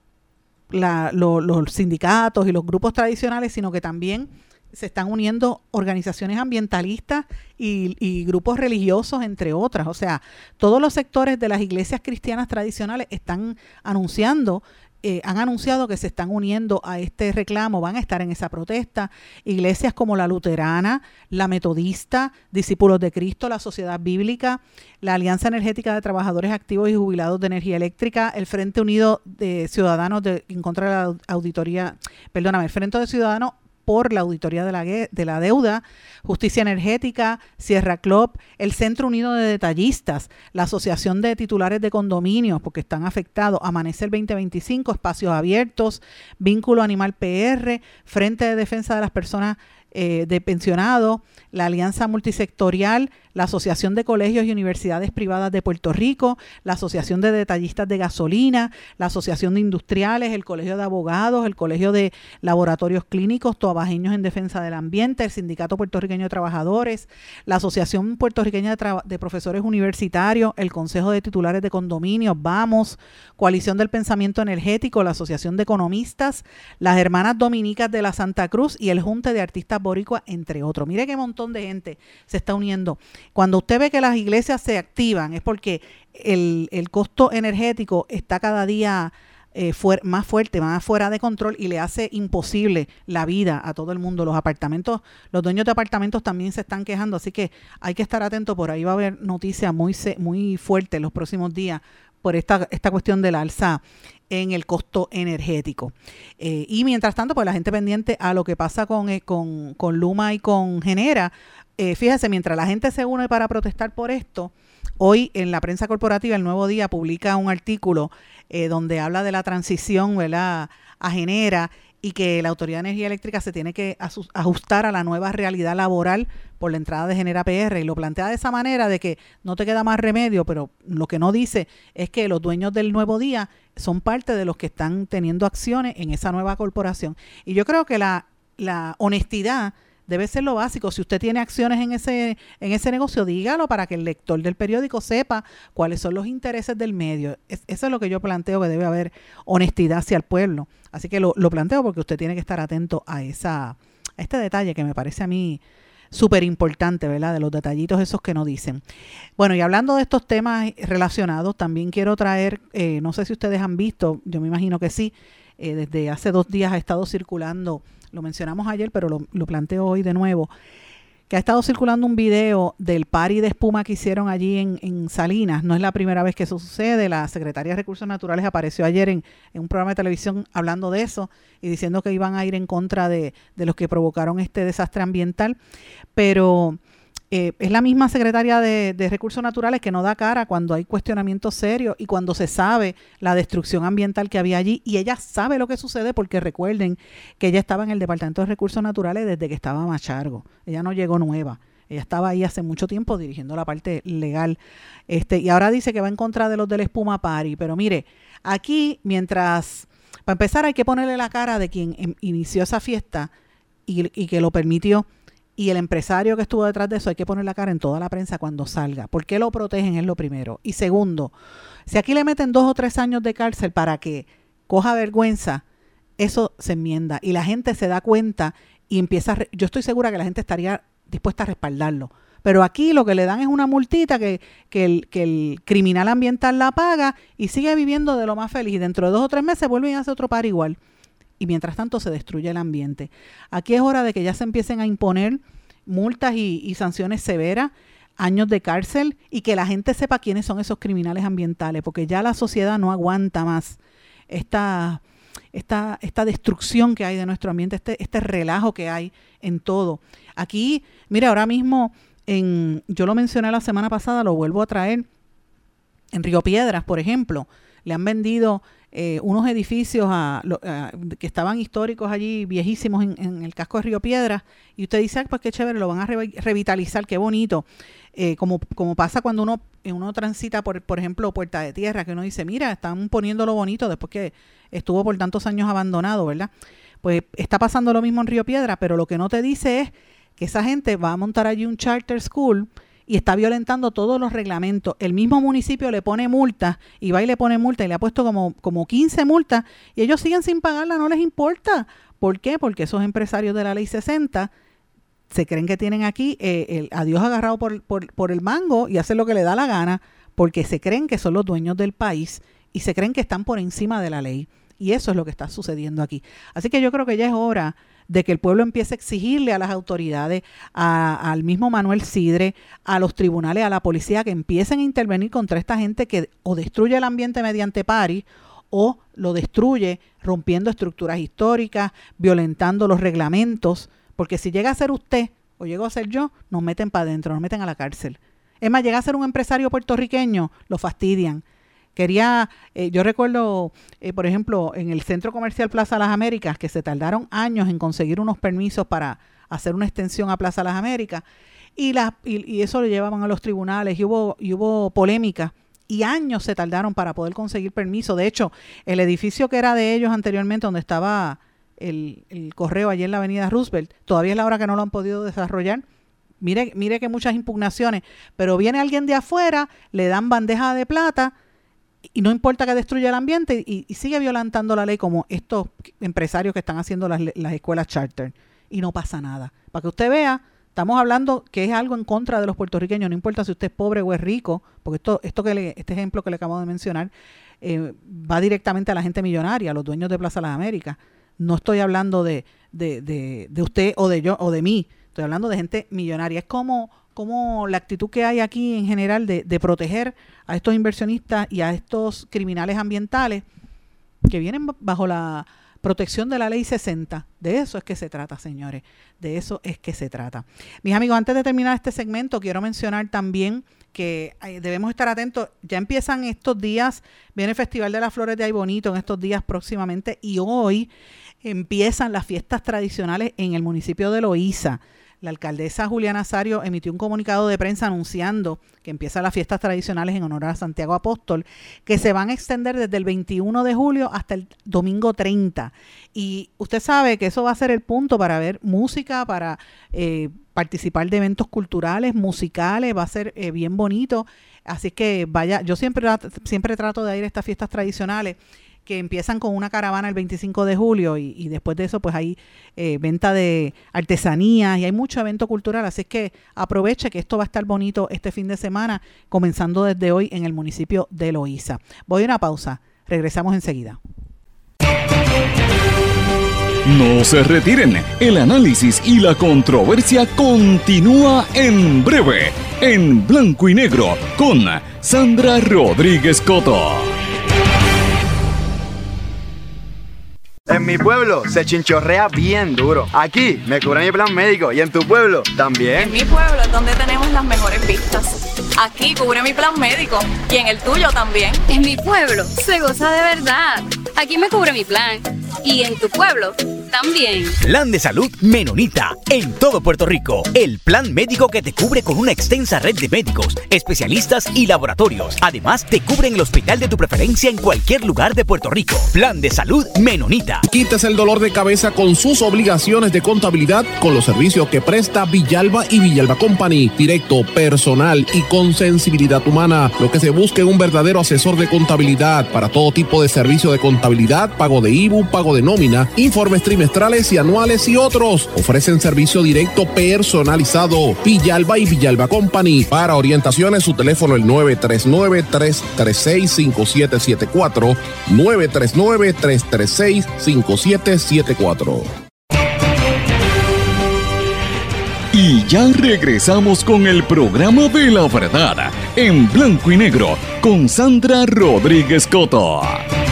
la, lo, los sindicatos y los grupos tradicionales, sino que también se están uniendo organizaciones ambientalistas y, y grupos religiosos, entre otras. O sea, todos los sectores de las iglesias cristianas tradicionales están anunciando, eh, han anunciado que se están uniendo a este reclamo, van a estar en esa protesta. Iglesias como la Luterana, la Metodista, Discípulos de Cristo, la Sociedad Bíblica, la Alianza Energética de Trabajadores Activos y Jubilados de Energía Eléctrica, el Frente Unido de Ciudadanos de, en contra de la auditoría, perdóname, el Frente de Ciudadanos por la auditoría de la, de la deuda, Justicia Energética, Sierra Club, el Centro Unido de Detallistas, la Asociación de Titulares de Condominios, porque están afectados, Amanecer veinte veinticinco, Espacios Abiertos, Vínculo Animal P R, Frente de Defensa de las Personas eh, de Pensionados, la Alianza Multisectorial, la Asociación de Colegios y Universidades Privadas de Puerto Rico, la Asociación de Detallistas de Gasolina, la Asociación de Industriales, el Colegio de Abogados, el Colegio de Laboratorios Clínicos, Toabajeños en Defensa del Ambiente, el Sindicato Puertorriqueño de Trabajadores, la Asociación Puertorriqueña de, Tra- de Profesores Universitarios, el Consejo de Titulares de Condominios, Vamos, Coalición del Pensamiento Energético, la Asociación de Economistas, las Hermanas Dominicas de la Santa Cruz y el Junte de Artistas Boricuas, entre otros. Mire qué montón de gente se está uniendo. Cuando usted ve que las iglesias se activan es porque el, el costo energético está cada día eh, fuer, más fuerte, más fuera de control y le hace imposible la vida a todo el mundo. Los apartamentos, los dueños de apartamentos también se están quejando, así que hay que estar atento. Por ahí va a haber noticias muy, muy fuertes los próximos días por esta, esta cuestión del alza en el costo energético. Eh, y mientras tanto, pues la gente pendiente a lo que pasa con, eh, con, con Luma y con Genera. Eh, fíjese, mientras la gente se une para protestar por esto, hoy en la prensa corporativa, El Nuevo Día publica un artículo eh, donde habla de la transición, ¿verdad?, a Genera, y que la Autoridad de Energía Eléctrica se tiene que ajustar a la nueva realidad laboral por la entrada de Genera P R, y lo plantea de esa manera de que no te queda más remedio, pero lo que no dice es que los dueños del Nuevo Día son parte de los que están teniendo acciones en esa nueva corporación. Y yo creo que la, la honestidad debe ser lo básico. Si usted tiene acciones en ese en ese negocio, dígalo para que el lector del periódico sepa cuáles son los intereses del medio. Es, eso es lo que yo planteo, que debe haber honestidad hacia el pueblo. Así que lo, lo planteo porque usted tiene que estar atento a esa a este detalle que me parece a mí súper importante, ¿verdad? De los detallitos esos que no dicen. Bueno, y hablando de estos temas relacionados, también quiero traer, eh, no sé si ustedes han visto, yo me imagino que sí, eh, desde hace dos días ha estado circulando, lo mencionamos ayer, pero lo, lo planteo hoy de nuevo, que ha estado circulando un video del party de espuma que hicieron allí en, en Salinas. No es la primera vez que eso sucede. La Secretaría de Recursos Naturales apareció ayer en, en un programa de televisión hablando de eso y diciendo que iban a ir en contra de, de los que provocaron este desastre ambiental. Pero eh, es la misma Secretaría de, de Recursos Naturales que no da cara cuando hay cuestionamientos serios y cuando se sabe la destrucción ambiental que había allí, y ella sabe lo que sucede porque recuerden que ella estaba en el Departamento de Recursos Naturales desde que estaba Machargo. Ella no llegó nueva. Ella estaba ahí hace mucho tiempo dirigiendo la parte legal. Este, y ahora dice que va en contra de los del Espuma Party. Pero mire, aquí mientras, para empezar hay que ponerle la cara de quien em, inició esa fiesta y, y que lo permitió. Y el empresario que estuvo detrás de eso hay que poner la cara en toda la prensa cuando salga. ¿Por qué lo protegen? Es lo primero. Y segundo, si aquí le meten dos o tres años de cárcel para que coja vergüenza, eso se enmienda. Y la gente se da cuenta y empieza a... Re- Yo estoy segura que la gente estaría dispuesta a respaldarlo. Pero aquí lo que le dan es una multita que, que, el, que el criminal ambiental la paga y sigue viviendo de lo más feliz. Y dentro de dos o tres meses vuelven a hacer otro par igual. Y mientras tanto se destruye el ambiente. Aquí es hora de que ya se empiecen a imponer multas y, y sanciones severas, años de cárcel, y que la gente sepa quiénes son esos criminales ambientales, porque ya la sociedad no aguanta más esta, esta, esta destrucción que hay de nuestro ambiente, este, este relajo que hay en todo. Aquí, mira, ahora mismo, en, yo lo mencioné la semana pasada, lo vuelvo a traer, en Río Piedras, por ejemplo, le han vendido eh, unos edificios a, a, que estaban históricos allí, viejísimos en, en el casco de Río Piedras, y usted dice, ah, pues qué chévere, lo van a re- revitalizar, qué bonito, eh, como, como pasa cuando uno, uno transita, por, por ejemplo, Puerta de Tierra, que uno dice, mira, están poniéndolo bonito después que estuvo por tantos años abandonado, ¿verdad? Pues está pasando lo mismo en Río Piedras, pero lo que no te dice es que esa gente va a montar allí un charter school y está violentando todos los reglamentos. El mismo municipio le pone multas y va y le pone multas y le ha puesto como, como quince multas y ellos siguen sin pagarla, no les importa. ¿Por qué? Porque esos empresarios de la ley sesenta se creen que tienen aquí eh, el, a Dios agarrado por, por, por el mango y hacen lo que le da la gana porque se creen que son los dueños del país y se creen que están por encima de la ley. Y eso es lo que está sucediendo aquí. Así que yo creo que ya es hora de que el pueblo empiece a exigirle a las autoridades, a, al mismo Manuel Sidre, a los tribunales, a la policía, que empiecen a intervenir contra esta gente que o destruye el ambiente mediante paris o lo destruye rompiendo estructuras históricas, violentando los reglamentos, porque si llega a ser usted o llego a ser yo, nos meten para adentro, nos meten a la cárcel. Es más, llega a ser un empresario puertorriqueño, lo fastidian. Quería, eh, yo recuerdo, eh, por ejemplo, en el Centro Comercial Plaza Las Américas, que se tardaron años en conseguir unos permisos para hacer una extensión a Plaza Las Américas, y, la, y, y eso lo llevaban a los tribunales, y hubo, y hubo polémica, y años se tardaron para poder conseguir permiso. De hecho, el edificio que era de ellos anteriormente, donde estaba el, el correo allí en la avenida Roosevelt, todavía es la hora que no lo han podido desarrollar. Mire, mire que muchas impugnaciones, pero viene alguien de afuera, le dan bandeja de plata, y no importa que destruya el ambiente y, y sigue violentando la ley como estos empresarios que están haciendo las, las escuelas charter y no pasa nada. Para que usted vea, estamos hablando que es algo en contra de los puertorriqueños, no importa si usted es pobre o es rico, porque esto, esto que le, este ejemplo que le acabo de mencionar eh, va directamente a la gente millonaria, a los dueños de Plaza Las Américas. No estoy hablando de, de, de, de usted o de yo o de mí, estoy hablando de gente millonaria. Es como... como la actitud que hay aquí en general de, de proteger a estos inversionistas y a estos criminales ambientales, que vienen bajo la protección de la ley sesenta. De eso es que se trata, señores. De eso es que se trata. Mis amigos, antes de terminar este segmento, quiero mencionar también que debemos estar atentos. Ya empiezan estos días, viene el Festival de las Flores de Ay Bonito en estos días próximamente, y hoy empiezan las fiestas tradicionales en el municipio de Loíza. La alcaldesa Julia Nazario emitió un comunicado de prensa anunciando que empiezan las fiestas tradicionales en honor a Santiago Apóstol, que se van a extender desde el veintiuno de julio hasta el domingo treinta. Y usted sabe que eso va a ser el punto para ver música, para eh, participar de eventos culturales, musicales, va a ser eh, bien bonito. Así que vaya, yo siempre, siempre trato de ir a estas fiestas tradicionales, que empiezan con una caravana el veinticinco de julio y, y después de eso pues hay eh, venta de artesanías y hay mucho evento cultural, así que aproveche que esto va a estar bonito este fin de semana, comenzando desde hoy en el municipio de Loíza. Voy a una pausa, regresamos enseguida.
No se retiren, el análisis y la controversia continúa en breve, en Blanco y Negro, con Sandra Rodríguez Coto.
En mi pueblo se chinchorrea bien duro. Aquí me cubre mi plan médico y en tu pueblo también.
En mi pueblo es donde tenemos las mejores vistas. Aquí cubre mi plan médico y en el tuyo también.
En mi pueblo se goza de verdad. Aquí me cubre mi plan y en tu pueblo también.
Plan de Salud Menonita en todo Puerto Rico. El plan médico que te cubre con una extensa red de médicos, especialistas y laboratorios. Además, te cubre en el hospital de tu preferencia en cualquier lugar de Puerto Rico. Plan de Salud Menonita.
Quites el dolor de cabeza con sus obligaciones de contabilidad con los servicios que presta Villalba y Villalba Company. Directo, personal y con sensibilidad humana. Lo que se busca en un verdadero asesor de contabilidad para todo tipo de servicio de contabilidad, pago de I B U, pago de nómina, informes trimestrales y anuales y otros. Ofrecen servicio directo personalizado. Villalba y Villalba Company. Para orientaciones, su teléfono el nueve tres nueve, tres tres seis, cinco siete siete cuatro, nueve tres nueve, tres tres seis, cinco siete siete cuatro.
Y ya regresamos con el programa de la verdad, en Blanco y Negro, con Sandra Rodríguez Coto.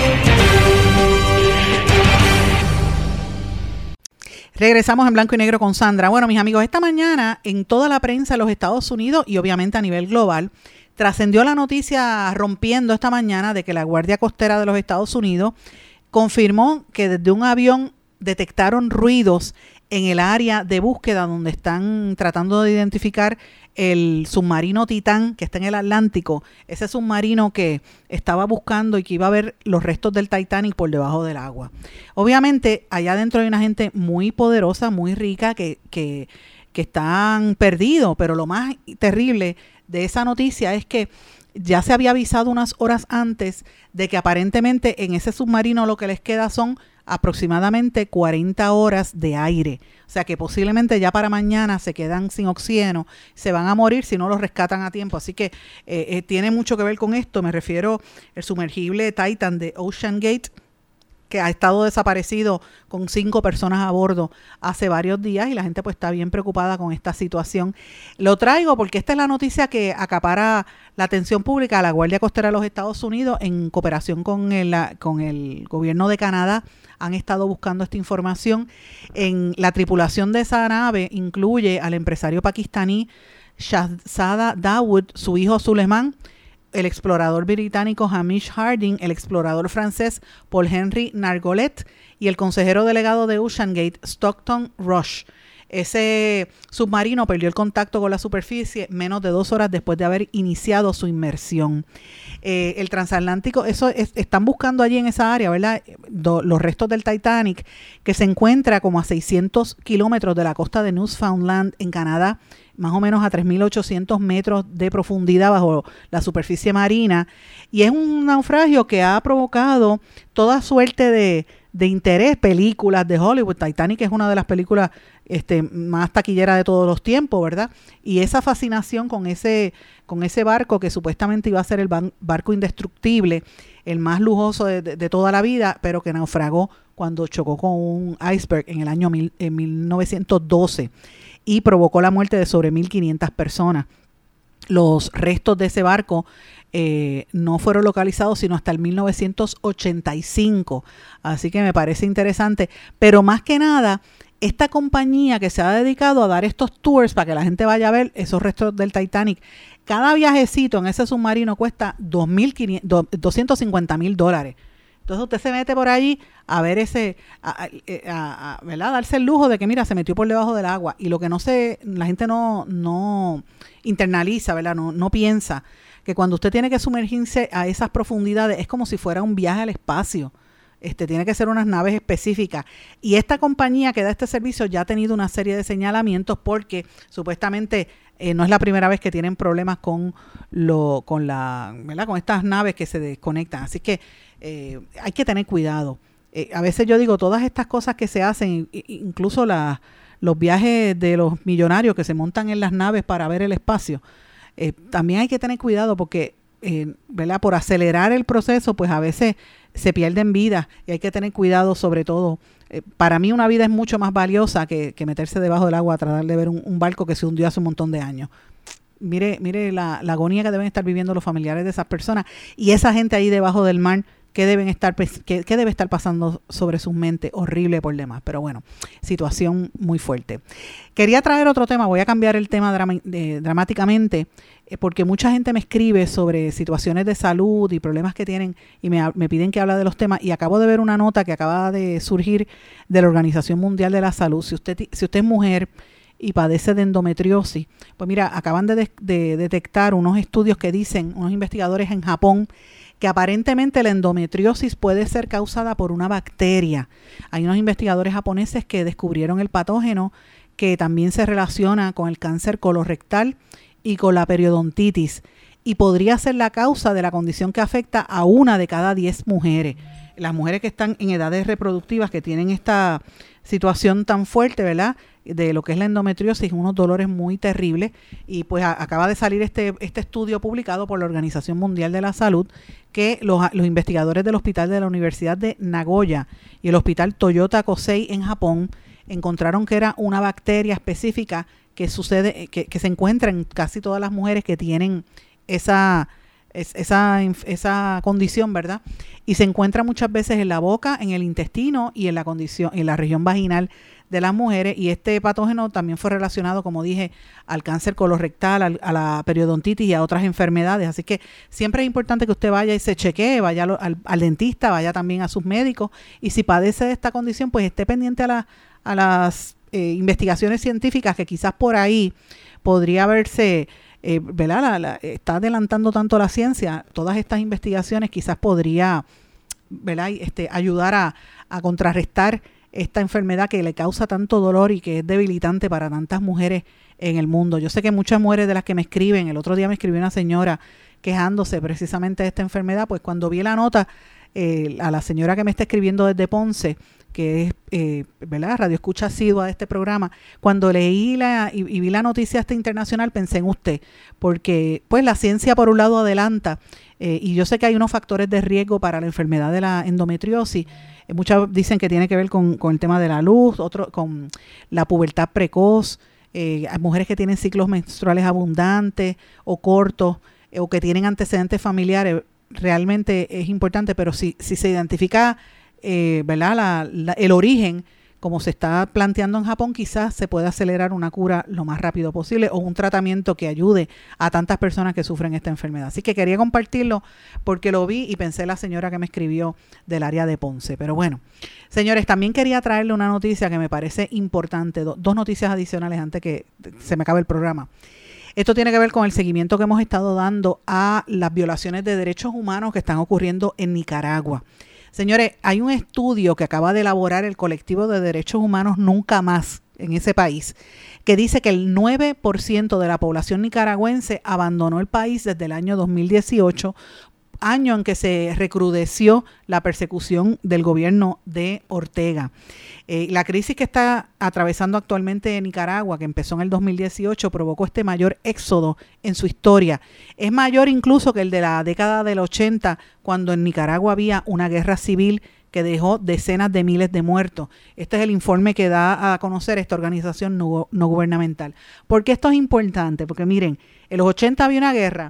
Regresamos en Blanco y Negro con Sandra. Bueno, mis amigos, esta mañana en toda la prensa de los Estados Unidos y obviamente a nivel global, trascendió la noticia rompiendo esta mañana de que la Guardia Costera de los Estados Unidos confirmó que desde un avión detectaron ruidos en el área de búsqueda donde están tratando de identificar el submarino Titán que está en el Atlántico, ese submarino que estaba buscando y que iba a ver los restos del Titanic por debajo del agua. Obviamente, allá adentro hay una gente muy poderosa, muy rica, que, que, que están perdidos, pero lo más terrible de esa noticia es que ya se había avisado unas horas antes de que aparentemente en ese submarino lo que les queda son aproximadamente cuarenta horas de aire. O sea que posiblemente ya para mañana se quedan sin oxígeno, se van a morir si no los rescatan a tiempo. Así que eh, eh, tiene mucho que ver con esto. Me refiero al sumergible Titan de Ocean Gate, que ha estado desaparecido con cinco personas a bordo hace varios días y la gente pues está bien preocupada con esta situación. Lo traigo porque esta es la noticia que acapara la atención pública. La Guardia Costera de los Estados Unidos, en cooperación con el, con el gobierno de Canadá, han estado buscando esta información. En la tripulación de esa nave incluye al empresario pakistaní Shahzada Dawood, su hijo Suleiman, el explorador británico Hamish Harding, el explorador francés Paul-Henri Nargolet y el consejero delegado de Ocean Gate, Stockton Rush. Ese submarino perdió el contacto con la superficie menos de dos horas después de haber iniciado su inmersión. Eh, el transatlántico, eso es, están buscando allí en esa área, ¿verdad? Do, los restos del Titanic, que se encuentra como a seiscientos kilómetros de la costa de Newfoundland en Canadá, más o menos a tres mil ochocientos metros de profundidad bajo la superficie marina, y es un naufragio que ha provocado toda suerte de, de interés, películas de Hollywood. Titanic es una de las películas este, más taquilleras de todos los tiempos, ¿verdad? Y esa fascinación con ese, con ese barco que supuestamente iba a ser el ban- barco indestructible, el más lujoso de, de, de toda la vida, pero que naufragó cuando chocó con un iceberg en el año mil, en mil novecientos doce. Y provocó la muerte de sobre mil quinientas personas. Los restos de ese barco eh, no fueron localizados sino hasta el mil novecientos ochenta y cinco. Así que me parece interesante. Pero más que nada, esta compañía que se ha dedicado a dar estos tours para que la gente vaya a ver esos restos del Titanic, cada viajecito en ese submarino cuesta doscientos cincuenta mil dólares. Entonces usted se mete por allí a ver ese, a, a, a, a, ¿verdad? Darse el lujo de que, mira, se metió por debajo del agua. Y lo que no se, la gente no, no internaliza, ¿verdad? No, no piensa que cuando usted tiene que sumergirse a esas profundidades es como si fuera un viaje al espacio. Este, tiene que ser unas naves específicas. Y esta compañía que da este servicio ya ha tenido una serie de señalamientos porque supuestamente eh, no es la primera vez que tienen problemas con lo, con la, ¿verdad? Con estas naves que se desconectan. Así que eh, hay que tener cuidado. Eh, a veces yo digo, todas estas cosas que se hacen, incluso la, los viajes de los millonarios que se montan en las naves para ver el espacio, eh, también hay que tener cuidado porque eh, ¿verdad? Por acelerar el proceso, pues a veces se pierden vidas y hay que tener cuidado sobre todo. Eh, para mí una vida es mucho más valiosa que, que meterse debajo del agua a tratar de ver un, un barco que se hundió hace un montón de años. Mire, mire la, la agonía que deben estar viviendo los familiares de esas personas y esa gente ahí debajo del mar. ¿Qué deben estar, qué, qué debe estar pasando sobre sus mentes? Horrible por demás, pero bueno, situación muy fuerte. Quería traer otro tema, voy a cambiar el tema drama, eh, dramáticamente, eh, porque mucha gente me escribe sobre situaciones de salud y problemas que tienen y me, me piden que hable de los temas y acabo de ver una nota que acaba de surgir de la Organización Mundial de la Salud. Si usted, si usted es mujer y padece de endometriosis, pues mira, acaban de, de, de detectar unos estudios que dicen, unos investigadores en Japón, que aparentemente la endometriosis puede ser causada por una bacteria. Hay unos investigadores japoneses que descubrieron el patógeno que también se relaciona con el cáncer colorectal y con la periodontitis y podría ser la causa de la condición que afecta a una de cada diez mujeres. Las mujeres que están en edades reproductivas que tienen esta situación tan fuerte, ¿verdad?, de lo que es la endometriosis, unos dolores muy terribles, y pues a, acaba de salir este, este estudio publicado por la Organización Mundial de la Salud, que los, los investigadores del hospital de la Universidad de Nagoya y el hospital Toyota Kosei en Japón encontraron que era una bacteria específica que sucede, que, que se encuentra en casi todas las mujeres que tienen esa Es, esa, esa condición, ¿verdad? Y se encuentra muchas veces en la boca, en el intestino y en la condición, en la región vaginal de las mujeres. Y este patógeno también fue relacionado, como dije, al cáncer colorectal, al, a la periodontitis y a otras enfermedades. Así que siempre es importante que usted vaya y se chequee, vaya al, al, al dentista, vaya también a sus médicos. Y si padece de esta condición, pues esté pendiente a, la, a las eh, investigaciones científicas que quizás por ahí podría verse... Eh, ¿verdad? La, la, está adelantando tanto la ciencia, todas estas investigaciones quizás podría, ¿verdad?, este, ayudar a, a contrarrestar esta enfermedad que le causa tanto dolor y que es debilitante para tantas mujeres en el mundo. Yo sé que muchas mujeres de las que me escriben, el otro día me escribió una señora quejándose precisamente de esta enfermedad, pues cuando vi la nota, eh, a la señora que me está escribiendo desde Ponce, que es, eh, ¿verdad?, radio escucha asidua de este programa, cuando leí la y, y vi la noticia esta internacional, pensé en usted, porque pues la ciencia por un lado adelanta, eh, y yo sé que hay unos factores de riesgo para la enfermedad de la endometriosis. Eh, muchas dicen que tiene que ver con, con el tema de la luz, otro con la pubertad precoz, eh, hay mujeres que tienen ciclos menstruales abundantes o cortos, eh, o que tienen antecedentes familiares. Realmente es importante, pero si, si se identifica Eh, ¿verdad? La, la, el origen, como se está planteando en Japón, quizás se pueda acelerar una cura lo más rápido posible o un tratamiento que ayude a tantas personas que sufren esta enfermedad. Así que quería compartirlo porque lo vi y pensé en la señora que me escribió del área de Ponce. Pero bueno, señores, también quería traerle una noticia que me parece importante, do, dos noticias adicionales antes que se me acabe el programa. Esto tiene que ver con el seguimiento que hemos estado dando a las violaciones de derechos humanos que están ocurriendo en Nicaragua. Señores, hay un estudio que acaba de elaborar el colectivo de derechos humanos Nunca Más en ese país, que dice que el nueve por ciento de la población nicaragüense abandonó el país desde el año dos mil dieciocho, año en que se recrudeció la persecución del gobierno de Ortega. Eh, la crisis que está atravesando actualmente Nicaragua, que empezó en el dos mil dieciocho, provocó este mayor éxodo en su historia. Es mayor incluso que el de la década del ochenta, cuando en Nicaragua había una guerra civil que dejó decenas de miles de muertos. Este es el informe que da a conocer esta organización no, no gubernamental. ¿Por qué esto es importante? Porque miren, en los ochenta había una guerra,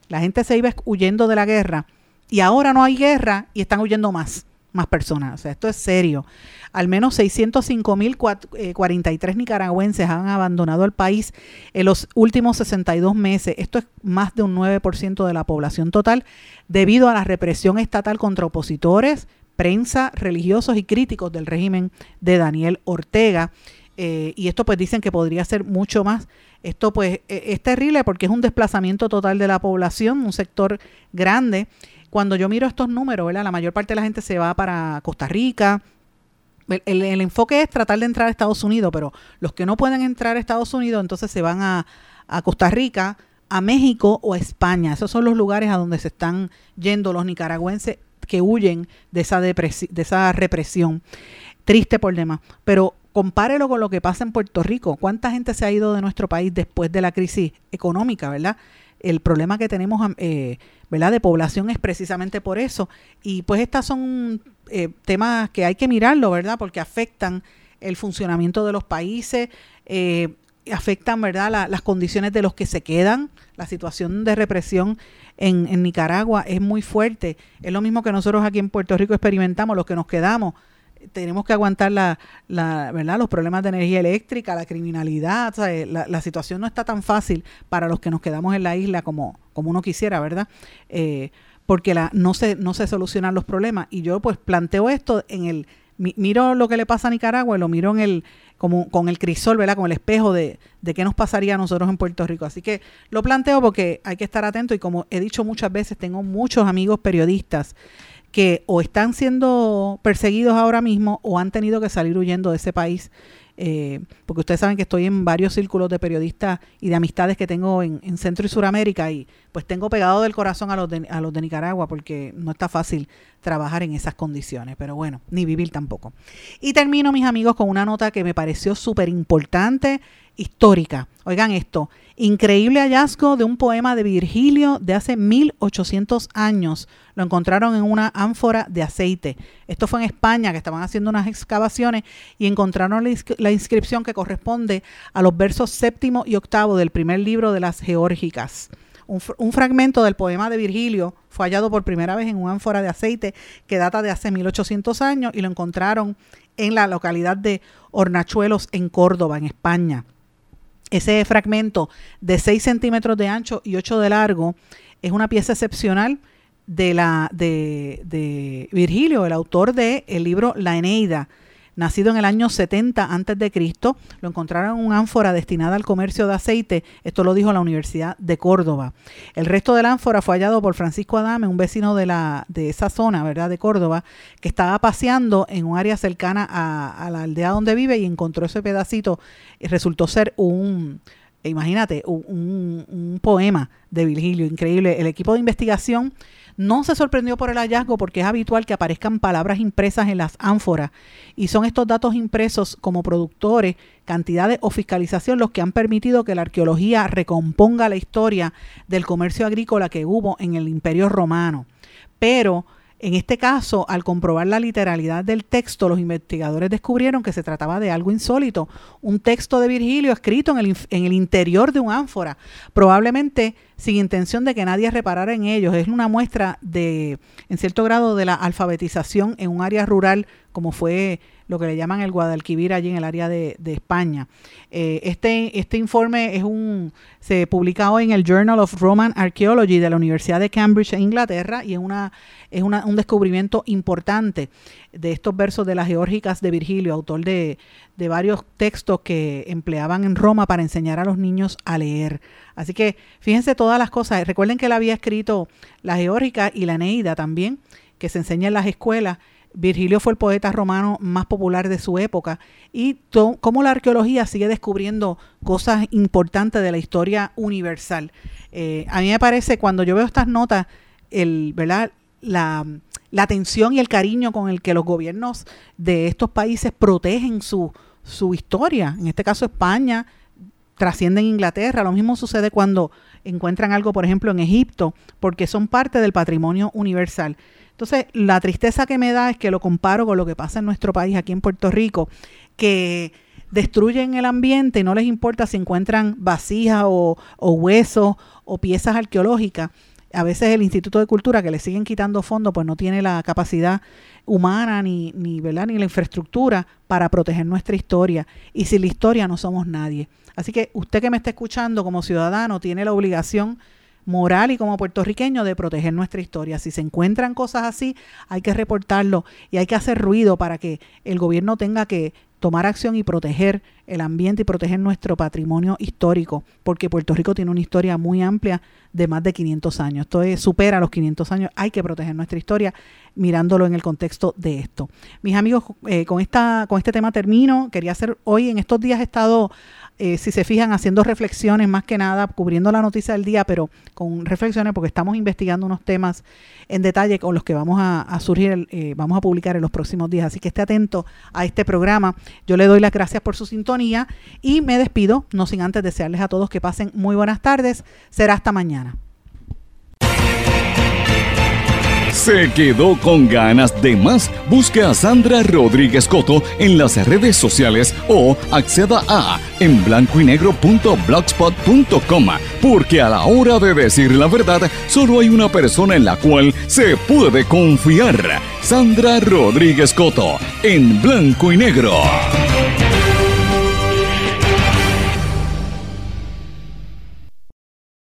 La gente se iba huyendo de la guerra y ahora no hay guerra y están huyendo más, más personas. O sea, esto es serio. Al menos seiscientos cinco mil cuarenta y tres nicaragüenses han abandonado el país en los últimos sesenta y dos meses. Esto es más de un nueve por ciento de la población total debido a la represión estatal contra opositores, prensa, religiosos y críticos del régimen de Daniel Ortega. Eh, y esto pues dicen que podría ser mucho más. Esto pues eh, es terrible porque es un desplazamiento total de la población, un sector grande. Cuando yo miro estos números, ¿verdad? La mayor parte de la gente se va para Costa Rica. El, el, el enfoque es tratar de entrar a Estados Unidos, pero los que no pueden entrar a Estados Unidos entonces se van a, a Costa Rica, a México o a España. Esos son los lugares a donde se están yendo los nicaragüenses que huyen de esa, depresi- de esa represión. Triste por demás. Pero compárelo con lo que pasa en Puerto Rico. ¿Cuánta gente se ha ido de nuestro país después de la crisis económica, verdad? El problema que tenemos, eh, ¿verdad?, de población es precisamente por eso. Y pues estas son eh, temas que hay que mirarlo, ¿verdad?, porque afectan el funcionamiento de los países, eh, afectan, ¿verdad?, la, las condiciones de los que se quedan. La situación de represión en, en Nicaragua es muy fuerte. Es lo mismo que nosotros aquí en Puerto Rico experimentamos, los que nos quedamos. Tenemos que aguantar la, la, ¿verdad?, los problemas de energía eléctrica, la criminalidad. O sea, la, la situación no está tan fácil para los que nos quedamos en la isla como, como uno quisiera, ¿verdad? Eh, porque la, no se no se solucionan los problemas. Y yo pues planteo esto en el, mi, miro lo que le pasa a Nicaragua y lo miro en el, como con el crisol, ¿verdad?, con el espejo de, de qué nos pasaría a nosotros en Puerto Rico. Así que lo planteo porque hay que estar atento y como he dicho muchas veces, tengo muchos amigos periodistas que o están siendo perseguidos ahora mismo o han tenido que salir huyendo de ese país, eh, porque ustedes saben que estoy en varios círculos de periodistas y de amistades que tengo en, en Centro y Suramérica y pues tengo pegado del corazón a los de, a los de Nicaragua porque no está fácil trabajar en esas condiciones, pero bueno, ni vivir tampoco. Y termino, mis amigos, con una nota que me pareció súper importante, histórica. Oigan esto, increíble hallazgo de un poema de Virgilio de hace mil ochocientos años. Lo encontraron en una ánfora de aceite. Esto fue en España, que estaban haciendo unas excavaciones y encontraron la, ins- la inscripción que corresponde a los versos séptimo y octavo del primer libro de las Geórgicas. Un, fr- un fragmento del poema de Virgilio fue hallado por primera vez en una ánfora de aceite que data de hace mil ochocientos años y lo encontraron en la localidad de Hornachuelos, en Córdoba, en España. Ese fragmento de seis centímetros de ancho y ocho de largo es una pieza excepcional de, la, de, de Virgilio, el autor del libro La Eneida. Nacido en el año setenta antes de Cristo, lo encontraron en una ánfora destinada al comercio de aceite. Esto lo dijo la Universidad de Córdoba. El resto de la ánfora fue hallado por Francisco Adame, un vecino de la de esa zona, ¿verdad?, de Córdoba, que estaba paseando en un área cercana a, a la aldea donde vive y encontró ese pedacito. Y resultó ser un, imagínate, un, un, un poema de Virgilio, increíble. El equipo de investigación no se sorprendió por el hallazgo porque es habitual que aparezcan palabras impresas en las ánforas y son estos datos impresos como productores, cantidades o fiscalización los que han permitido que la arqueología recomponga la historia del comercio agrícola que hubo en el Imperio Romano. Pero en este caso, al comprobar la literalidad del texto, los investigadores descubrieron que se trataba de algo insólito, un texto de Virgilio escrito en el, en el interior de un ánfora, probablemente sin intención de que nadie reparara en ellos. Es una muestra de, en cierto grado, de la alfabetización en un área rural, como fue lo que le llaman el Guadalquivir allí en el área de, de España. Eh, este, este informe es un, se publica hoy en el Journal of Roman Archaeology de la Universidad de Cambridge en Inglaterra y es, una, es una, un descubrimiento importante de estos versos de las Geórgicas de Virgilio, autor de, de varios textos que empleaban en Roma para enseñar a los niños a leer. Así que fíjense todas las cosas. Recuerden que él había escrito la Geórgica y la Eneida también, que se enseña en las escuelas. Virgilio fue el poeta romano más popular de su época y to- cómo la arqueología sigue descubriendo cosas importantes de la historia universal. Eh, a mí me parece, cuando yo veo estas notas, el, ¿verdad?, la, la atención y el cariño con el que los gobiernos de estos países protegen su, su historia, en este caso España, trasciende en Inglaterra. Lo mismo sucede cuando encuentran algo, por ejemplo, en Egipto, porque son parte del patrimonio universal. Entonces, la tristeza que me da es que lo comparo con lo que pasa en nuestro país, aquí en Puerto Rico, que destruyen el ambiente y no les importa si encuentran vasijas o, o huesos o piezas arqueológicas. A veces el Instituto de Cultura, que le siguen quitando fondos, pues no tiene la capacidad humana ni, ni, ¿verdad? ni la infraestructura para proteger nuestra historia. Y sin la historia no somos nadie. Así que usted que me está escuchando como ciudadano tiene la obligación moral y como puertorriqueño de proteger nuestra historia. Si se encuentran cosas así, hay que reportarlo y hay que hacer ruido para que el gobierno tenga que tomar acción y proteger el ambiente y proteger nuestro patrimonio histórico, porque Puerto Rico tiene una historia muy amplia de más de quinientos años. Esto es, supera los quinientos años. Hay que proteger nuestra historia mirándolo en el contexto de esto. Mis amigos, eh, con esta con este tema termino. Quería hacer hoy, en estos días he estado, eh, si se fijan, haciendo reflexiones más que nada, cubriendo la noticia del día, pero con reflexiones porque estamos investigando unos temas en detalle con los que vamos a, a surgir, eh, vamos a publicar en los próximos días. Así que esté atento a este programa. Yo le doy las gracias por su sintonía y me despido, no sin antes desearles a todos que pasen muy buenas tardes. Será hasta mañana.
¿Se quedó con ganas de más? Busque a Sandra Rodríguez Coto en las redes sociales o acceda a en blanco y negro punto blogspot punto com, porque a la hora de decir la verdad solo hay una persona en la cual se puede confiar. Sandra Rodríguez Coto en Blanco y Negro.